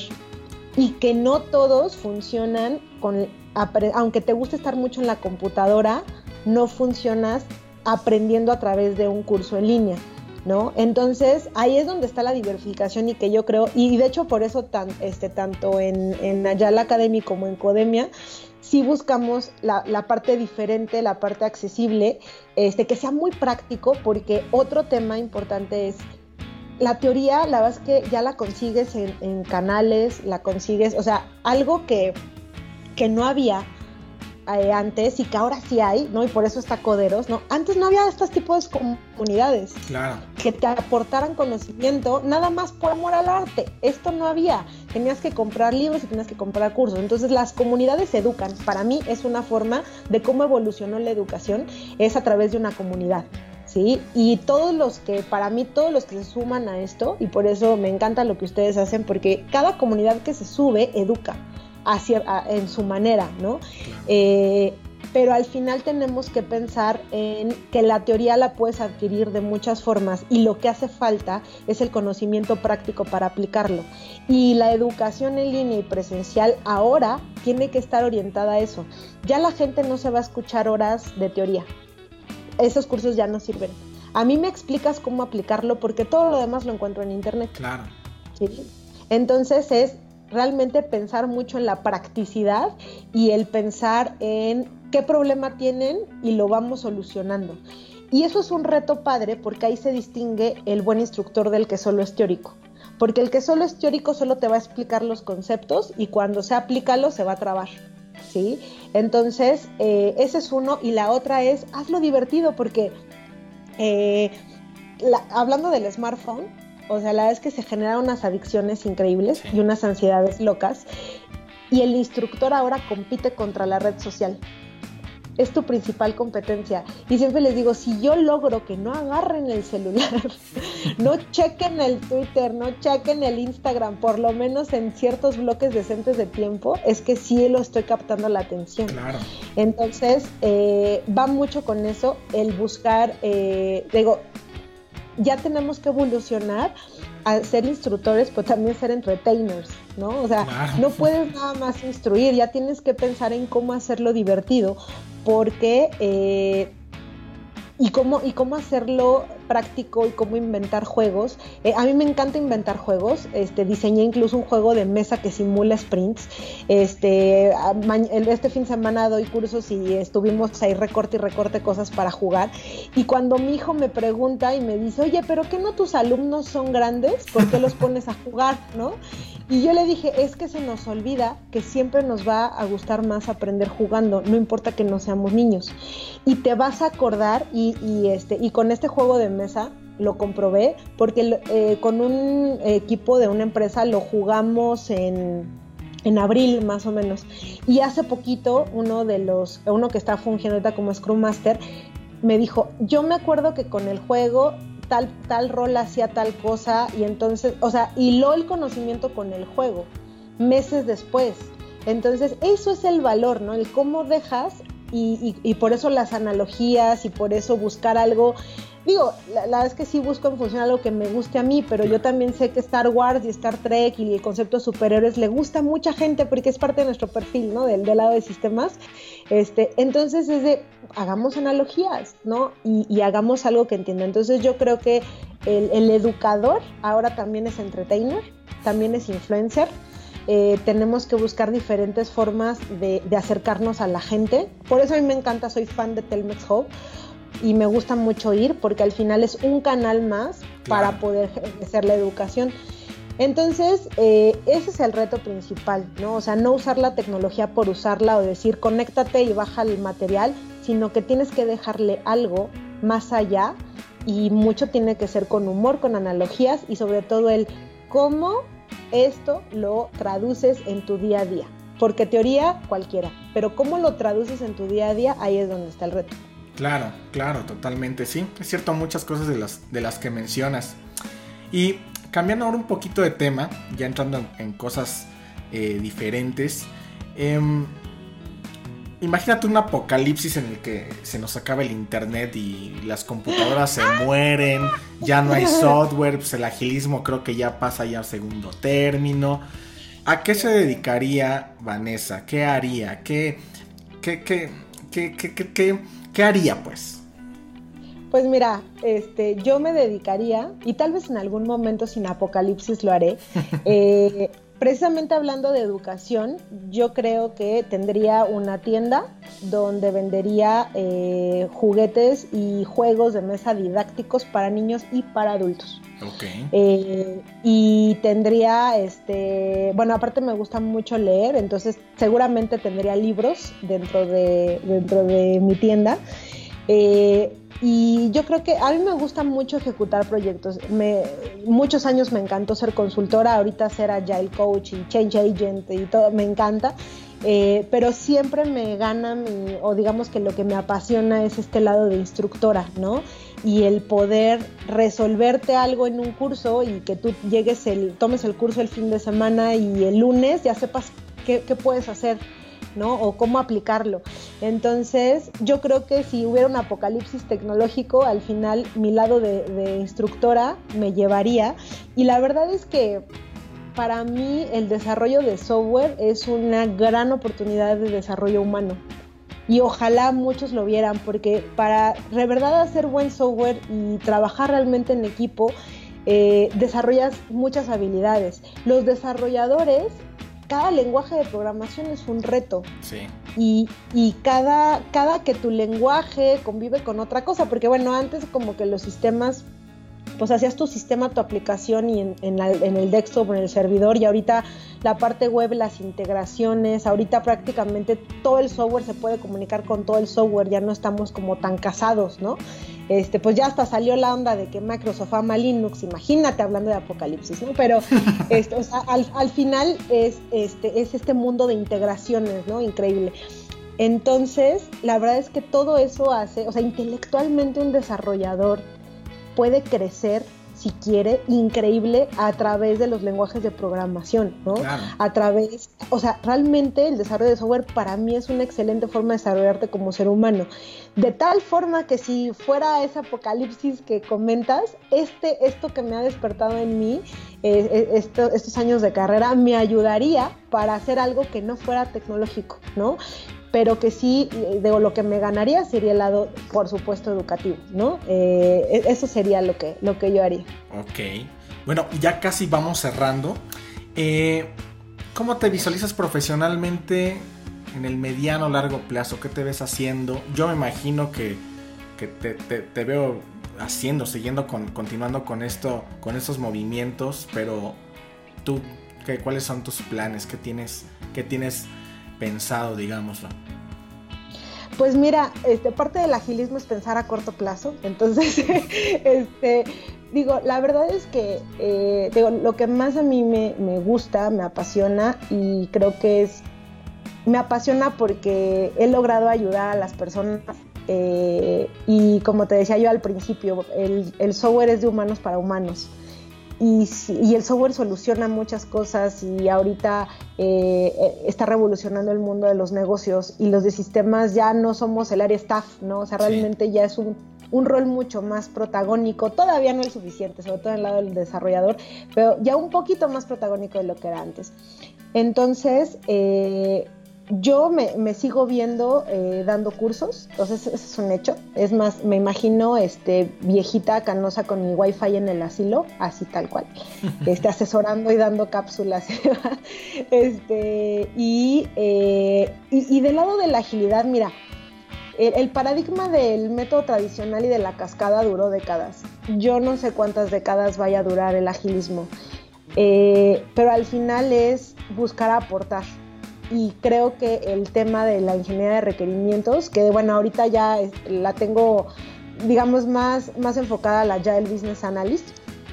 y que no todos funcionan con, aunque te guste estar mucho en la computadora, no funcionas aprendiendo a través de un curso en línea, ¿no? Entonces, ahí es donde está la diversificación y que yo creo, y de hecho por eso tan, este, tanto en, en Ayala Academy como en Codemia, sí buscamos la, la parte diferente, la parte accesible, este, que sea muy práctico, porque otro tema importante es la teoría. La verdad es que ya la consigues en, en canales, la consigues, o sea, algo que, que no había eh, antes y que ahora sí hay, ¿no? Y por eso está Coderos, ¿no? Antes no había estos tipos de comunidades, claro, que te aportaran conocimiento nada más por amor al arte. Esto no había. Tenías que comprar libros y tenías que comprar cursos. Entonces las comunidades se educan. Para mí es una forma de cómo evolucionó la educación, es a través de una comunidad, ¿sí? Y todos los que, para mí, todos los que se suman a esto, y por eso me encanta lo que ustedes hacen, porque cada comunidad que se sube educa hacia, a, en su manera, ¿no? Eh, pero al final tenemos que pensar en que la teoría la puedes adquirir de muchas formas y lo que hace falta es el conocimiento práctico para aplicarlo. Y la educación en línea y presencial ahora tiene que estar orientada a eso. Ya la gente no se va a escuchar horas de teoría. Esos cursos ya no sirven. A mí me explicas cómo aplicarlo porque todo lo demás lo encuentro en internet. Claro. ¿Sí? Entonces es realmente pensar mucho en la practicidad y el pensar en qué problema tienen y lo vamos solucionando. Y eso es un reto padre porque ahí se distingue el buen instructor del que solo es teórico. Porque el que solo es teórico solo te va a explicar los conceptos y cuando se aplícalo se va a trabar, ¿sí? Entonces, eh, ese es uno. Y la otra es, hazlo divertido porque, eh, la, hablando del smartphone, o sea, la verdad es que se generan unas adicciones increíbles y unas ansiedades locas. Y el instructor ahora compite contra la red social. Es tu principal competencia. Y siempre les digo, si yo logro que no agarren el celular, no chequen el Twitter, no chequen el Instagram, por lo menos en ciertos bloques decentes de tiempo, es que sí lo estoy captando la atención. Claro. Entonces, eh, va mucho con eso, el buscar, eh, digo, ya tenemos que evolucionar a ser instructores, pero también ser entertainers, ¿no? O sea, claro, no puedes nada más instruir, ya tienes que pensar en cómo hacerlo divertido, porque eh, y cómo y cómo hacerlo práctico y cómo inventar juegos. Eh, a mí me encanta inventar juegos. Este, diseñé incluso un juego de mesa que simula sprints. Este, este fin de semana doy cursos y estuvimos ahí recorte y recorte cosas para jugar. Y cuando mi hijo me pregunta y me dice, oye, ¿pero qué no tus alumnos son grandes? ¿Por qué los pones a jugar, no? Y yo le dije, es que se nos olvida que siempre nos va a gustar más aprender jugando, no importa que no seamos niños. Y te vas a acordar, y, y, este, y con este juego de mesa lo comprobé, porque eh, con un equipo de una empresa lo jugamos en, en abril más o menos. Y hace poquito uno de los, uno que está fungiendo ahorita como Scrum Master, me dijo, yo me acuerdo que con el juego tal, tal rol hacía tal cosa, y entonces, o sea, hiló el conocimiento con el juego, meses después. Entonces, eso es el valor, ¿no? El cómo dejas, y, y, y por eso las analogías, y por eso buscar algo. Digo, la, la verdad es que sí busco en función a algo que me guste a mí, pero yo también sé que Star Wars y Star Trek y el concepto de superhéroes le gusta a mucha gente porque es parte de nuestro perfil, ¿no? Del, del lado de sistemas. Este, entonces es de, hagamos analogías, ¿no? Y, y hagamos algo que entienda. Entonces yo creo que el, el educador ahora también es entertainer, también es influencer. Eh, tenemos que buscar diferentes formas de, de acercarnos a la gente. Por eso a mí me encanta, soy fan de Telmex Hub, y me gusta mucho ir porque al final es un canal más, claro, para poder hacer la educación. Entonces, eh, ese es el reto principal, ¿no? O sea, no usar la tecnología por usarla o decir conéctate y baja el material, sino que tienes que dejarle algo más allá, y mucho tiene que ser con humor, con analogías, y sobre todo el cómo esto lo traduces en tu día a día. Porque teoría cualquiera, pero cómo lo traduces en tu día a día, ahí es donde está el reto. Claro, claro, totalmente, sí. Es cierto, muchas cosas de las, de las que mencionas. Y cambiando ahora un poquito de tema, ya entrando en, en cosas eh, diferentes. Eh, imagínate un apocalipsis en el que se nos acaba el internet y las computadoras se mueren, ya no hay software, pues el agilismo creo que ya pasa ya a segundo término. ¿A qué se dedicaría Vanessa? ¿Qué haría? ¿Qué, qué, qué, qué, qué, qué, qué ¿Qué haría, pues? Pues mira, este, yo me dedicaría, y tal vez en algún momento sin apocalipsis lo haré, eh, precisamente hablando de educación, yo creo que tendría una tienda donde vendería eh, juguetes y juegos de mesa didácticos para niños y para adultos. Okay. Eh, y tendría, este, bueno, aparte me gusta mucho leer, entonces seguramente tendría libros dentro de, dentro de mi tienda. Eh, y yo creo que a mí me gusta mucho ejecutar proyectos. Me, muchos años me encantó ser consultora, ahorita ser Agile Coach y Change Agent y todo, me encanta. Eh, pero siempre me gana mi, o digamos que lo que me apasiona es este lado de instructora, ¿no? Y el poder resolverte algo en un curso y que tú llegues, el, tomes el curso el fin de semana y el lunes ya sepas qué, qué puedes hacer, ¿no? O cómo aplicarlo. Entonces, yo creo que si hubiera un apocalipsis tecnológico, al final mi lado de, de instructora me llevaría. Y la verdad es que para mí el desarrollo de software es una gran oportunidad de desarrollo humano. Y ojalá muchos lo vieran, porque para de verdad hacer buen software y trabajar realmente en equipo, eh, desarrollas muchas habilidades. Los desarrolladores, cada lenguaje de programación es un reto. Sí. Y, y cada, cada que tu lenguaje convive con otra cosa, porque bueno, antes como que los sistemas, pues hacías tu sistema, tu aplicación y en, en, la, en el desktop, en el servidor, y ahorita la parte web, las integraciones, ahorita prácticamente todo el software se puede comunicar con todo el software, ya no estamos como tan casados, ¿no? Este, pues ya hasta salió la onda de que Microsoft ama Linux, imagínate hablando de apocalipsis, ¿no? Pero este, o sea, al, al final es este, es este mundo de integraciones, ¿no? Increíble. Entonces, la verdad es que todo eso hace, o sea, intelectualmente un desarrollador puede crecer, si quiere, increíble a través de los lenguajes de programación, ¿no? Claro. A través, o sea, realmente el desarrollo de software para mí es una excelente forma de desarrollarte como ser humano. De tal forma que si fuera ese apocalipsis que comentas, este, esto que me ha despertado en mí, eh, esto, estos años de carrera, me ayudaría para hacer algo que no fuera tecnológico, ¿no? Pero que sí, de lo que me ganaría sería el lado, por supuesto, educativo, ¿no? Eh, eso sería lo que, lo que yo haría. Ok. Bueno, ya casi vamos cerrando. Eh, ¿Cómo te visualizas profesionalmente en el mediano o largo plazo? ¿Qué te ves haciendo? Yo me imagino que, que te, te, te veo haciendo, siguiendo, con, continuando con esto, con estos movimientos, pero tú, ¿Qué, ¿Cuáles son tus planes? ¿Qué tienes, qué tienes pensado, digámoslo? Pues mira, este, parte del agilismo es pensar a corto plazo, entonces, este, digo, la verdad es que eh, digo, lo que más a mí me, me gusta, me apasiona y creo que es, me apasiona porque he logrado ayudar a las personas eh, y como te decía yo al principio, el, el software es de humanos para humanos. Y, y el software soluciona muchas cosas y ahorita eh, está revolucionando el mundo de los negocios y los de sistemas ya no somos el área staff, ¿no? O sea, realmente sí. ya es un, un rol mucho más protagónico, todavía no es suficiente, sobre todo en el lado del desarrollador, pero ya un poquito más protagónico de lo que era antes. Entonces, eh, yo me, me sigo viendo eh, dando cursos, entonces ese es un hecho. Es más, me imagino este, viejita, canosa con mi wifi en el asilo, así tal cual, este, asesorando y dando cápsulas. este, y, eh, y, y del lado de la agilidad, mira, el, el paradigma del método tradicional y de la cascada duró décadas. Yo no sé cuántas décadas vaya a durar el agilismo, eh, pero al final es buscar aportar. Y creo que el tema de la ingeniería de requerimientos, que bueno, ahorita ya la tengo, digamos, más, más enfocada a la Agile Business Analyst,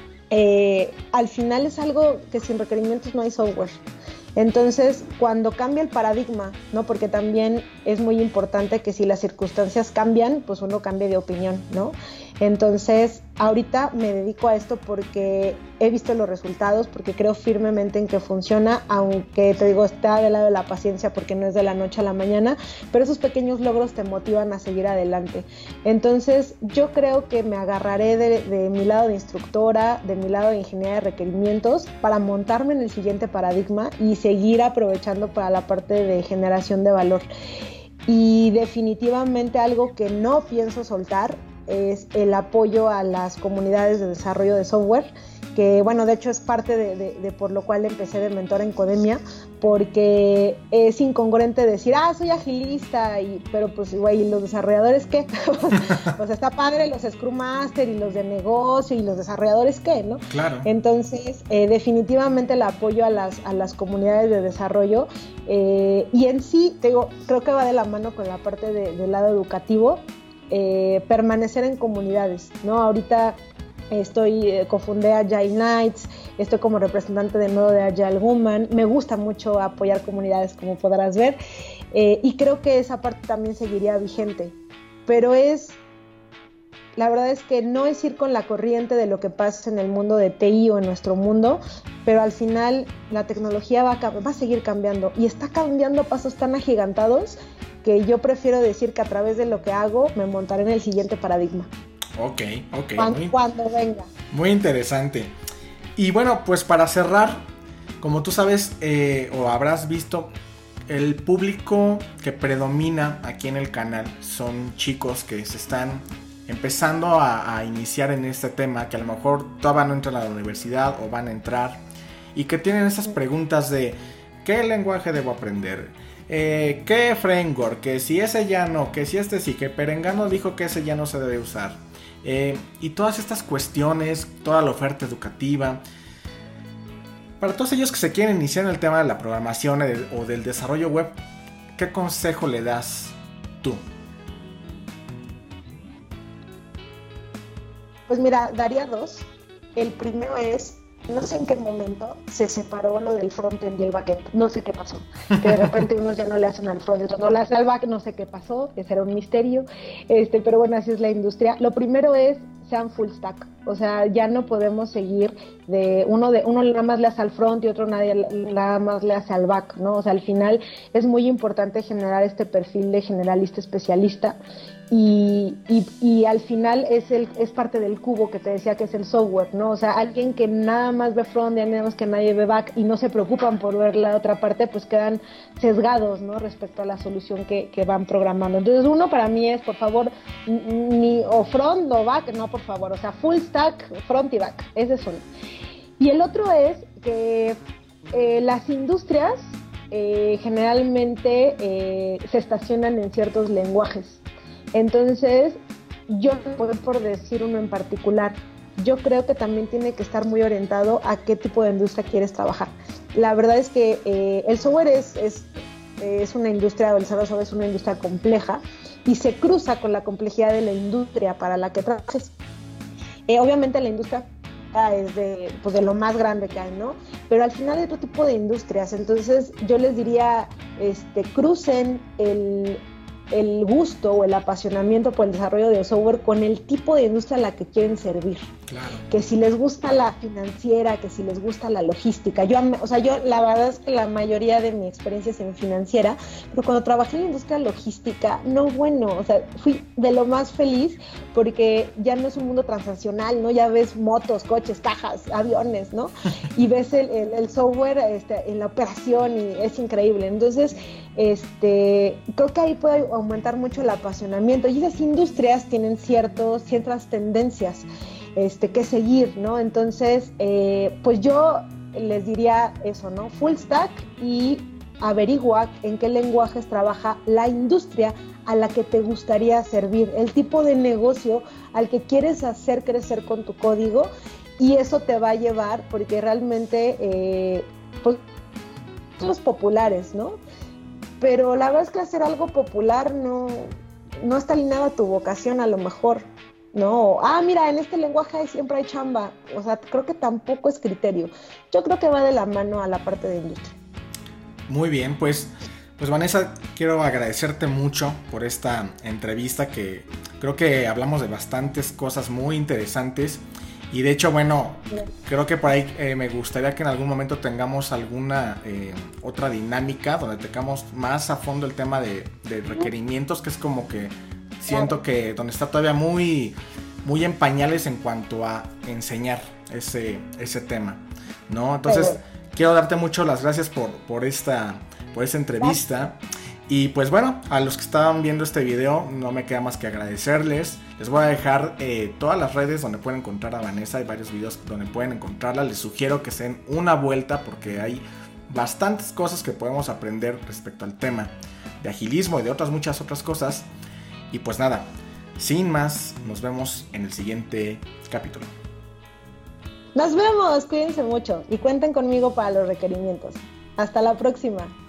eh, al final es algo que sin requerimientos no hay software. Entonces, cuando cambia el paradigma, ¿no? Porque también es muy importante que si las circunstancias cambian, pues uno cambie de opinión, ¿no? Entonces, ahorita me dedico a esto porque he visto los resultados, porque creo firmemente en que funciona, aunque te digo, está del lado de la paciencia porque no es de la noche a la mañana, pero esos pequeños logros te motivan a seguir adelante. Entonces, yo creo que me agarraré de, de mi lado de instructora, de mi lado de ingeniería de requerimientos, para montarme en el siguiente paradigma y seguir aprovechando para la parte de generación de valor. Y definitivamente algo que no pienso soltar es el apoyo a las comunidades de desarrollo de software, que bueno, de hecho es parte de, de, de por lo cual empecé de mentora en Codemia, porque es incongruente decir, ah, soy agilista, y, pero pues, güey, ¿y los desarrolladores qué? O sea, está padre los Scrum Master y los de negocio y los desarrolladores qué, ¿no? Claro. Entonces, eh, definitivamente el apoyo a las, a las comunidades de desarrollo, eh, y en sí, te digo, creo que va de la mano con la parte de, del lado educativo, eh, permanecer en comunidades, ¿no? Ahorita estoy, eh, cofundé Agile Nights, estoy como representante de nuevo de Agile Woman, me gusta mucho apoyar comunidades, como podrás ver, eh, y creo que esa parte también seguiría vigente, pero es, la verdad es que no es ir con la corriente de lo que pasa en el mundo de T I o en nuestro mundo, pero al final la tecnología va a, va a seguir cambiando, y está cambiando a pasos tan agigantados que yo prefiero decir que a través de lo que hago me montaré en el siguiente paradigma. Ok, ok. Cuando, muy, cuando venga. Muy interesante. Y bueno, pues para cerrar, como tú sabes eh, o habrás visto, el público que predomina aquí en el canal son chicos que se están empezando a, a iniciar en este tema, que a lo mejor todavía no entran a la universidad o van a entrar, y que tienen esas preguntas de ¿qué lenguaje debo aprender? Eh, ¿Qué framework? Que si ese ya no, que si este sí, que Perengano dijo que ese ya no se debe usar. Eh, y todas estas cuestiones, toda la oferta educativa. Para todos ellos que se quieren iniciar en el tema de la programación o del desarrollo web, ¿qué consejo le das tú? Pues mira, daría dos. El primero es, no sé en qué momento se separó lo del frontend y el backend, no sé qué pasó, que de repente unos ya no le hacen al frontend, otros no le hacen al back, no sé qué pasó, ese era un misterio, este, pero bueno, así es la industria. Lo primero es, sean full stack, o sea, ya no podemos seguir de uno de uno nada más le hace al front y otro nadie, nada más le hace al back, ¿no? O sea, al final es muy importante generar este perfil de generalista especialista. Y, y, y al final es el es parte del cubo que te decía que es el software, ¿no? O sea, alguien que nada más ve front y nada más que nadie ve back y no se preocupan por ver la otra parte, pues quedan sesgados, ¿no? Respecto a la solución que, que van programando. Entonces, uno para mí es, por favor, ni o front o back, no, por favor, o sea, full stack, front y back, ese es uno. Y el otro es que eh, las industrias eh, generalmente eh, se estacionan en ciertos lenguajes. Entonces, yo no puedo por decir uno en particular, yo creo que también tiene que estar muy orientado a qué tipo de industria quieres trabajar. La verdad es que eh, el software es, es, es una industria, el desarrollo de software es una industria compleja y se cruza con la complejidad de la industria para la que trabajes. Eh, obviamente la industria es de, pues de lo más grande que hay, ¿no? Pero al final hay otro tipo de industrias, entonces yo les diría, este, crucen el, el gusto o el apasionamiento por el desarrollo de software con el tipo de industria a la que quieren servir. Claro. Que si les gusta la financiera, que si les gusta la logística. Yo, o sea, yo la verdad es que la mayoría de mi experiencia es en financiera, pero cuando trabajé en la industria logística, no, bueno, o sea, fui de lo más feliz porque ya no es un mundo transaccional, ¿no? Ya ves motos, coches, cajas, aviones, ¿no? Y ves el, el, el software este, en la operación y es increíble. Entonces, este, creo que ahí puede aumentar mucho el apasionamiento y esas industrias tienen ciertos, ciertas tendencias este, que seguir, ¿no? Entonces, eh, pues yo les diría eso, ¿no? Full stack y averigua en qué lenguajes trabaja la industria a la que te gustaría servir, el tipo de negocio al que quieres hacer crecer con tu código y eso te va a llevar, porque realmente, eh, pues, son los populares, ¿no? Pero la verdad es que hacer algo popular no, no está alineado a tu vocación a lo mejor, ¿no? Ah, mira, en este lenguaje siempre hay chamba. O sea, creo que tampoco es criterio. Yo creo que va de la mano a la parte de industria. Muy bien, pues, pues Vanessa, quiero agradecerte mucho por esta entrevista que creo que hablamos de bastantes cosas muy interesantes. Y de hecho, bueno, creo que por ahí eh, me gustaría que en algún momento tengamos alguna eh, otra dinámica donde tengamos más a fondo el tema de, de requerimientos, que es como que siento que donde está todavía muy, muy en pañales en cuanto a enseñar ese, ese tema, ¿no? Entonces, quiero darte mucho las gracias por, por, esta, por esta entrevista. Y pues bueno, a los que estaban viendo este video no me queda más que agradecerles. Les voy a dejar eh, todas las redes donde pueden encontrar a Vanessa. Hay varios videos donde pueden encontrarla. Les sugiero que se den una vuelta porque hay bastantes cosas que podemos aprender respecto al tema de agilismo y de otras muchas otras cosas. Y pues nada, sin más, nos vemos en el siguiente capítulo. Nos vemos, cuídense mucho y cuenten conmigo para los requerimientos. Hasta la próxima.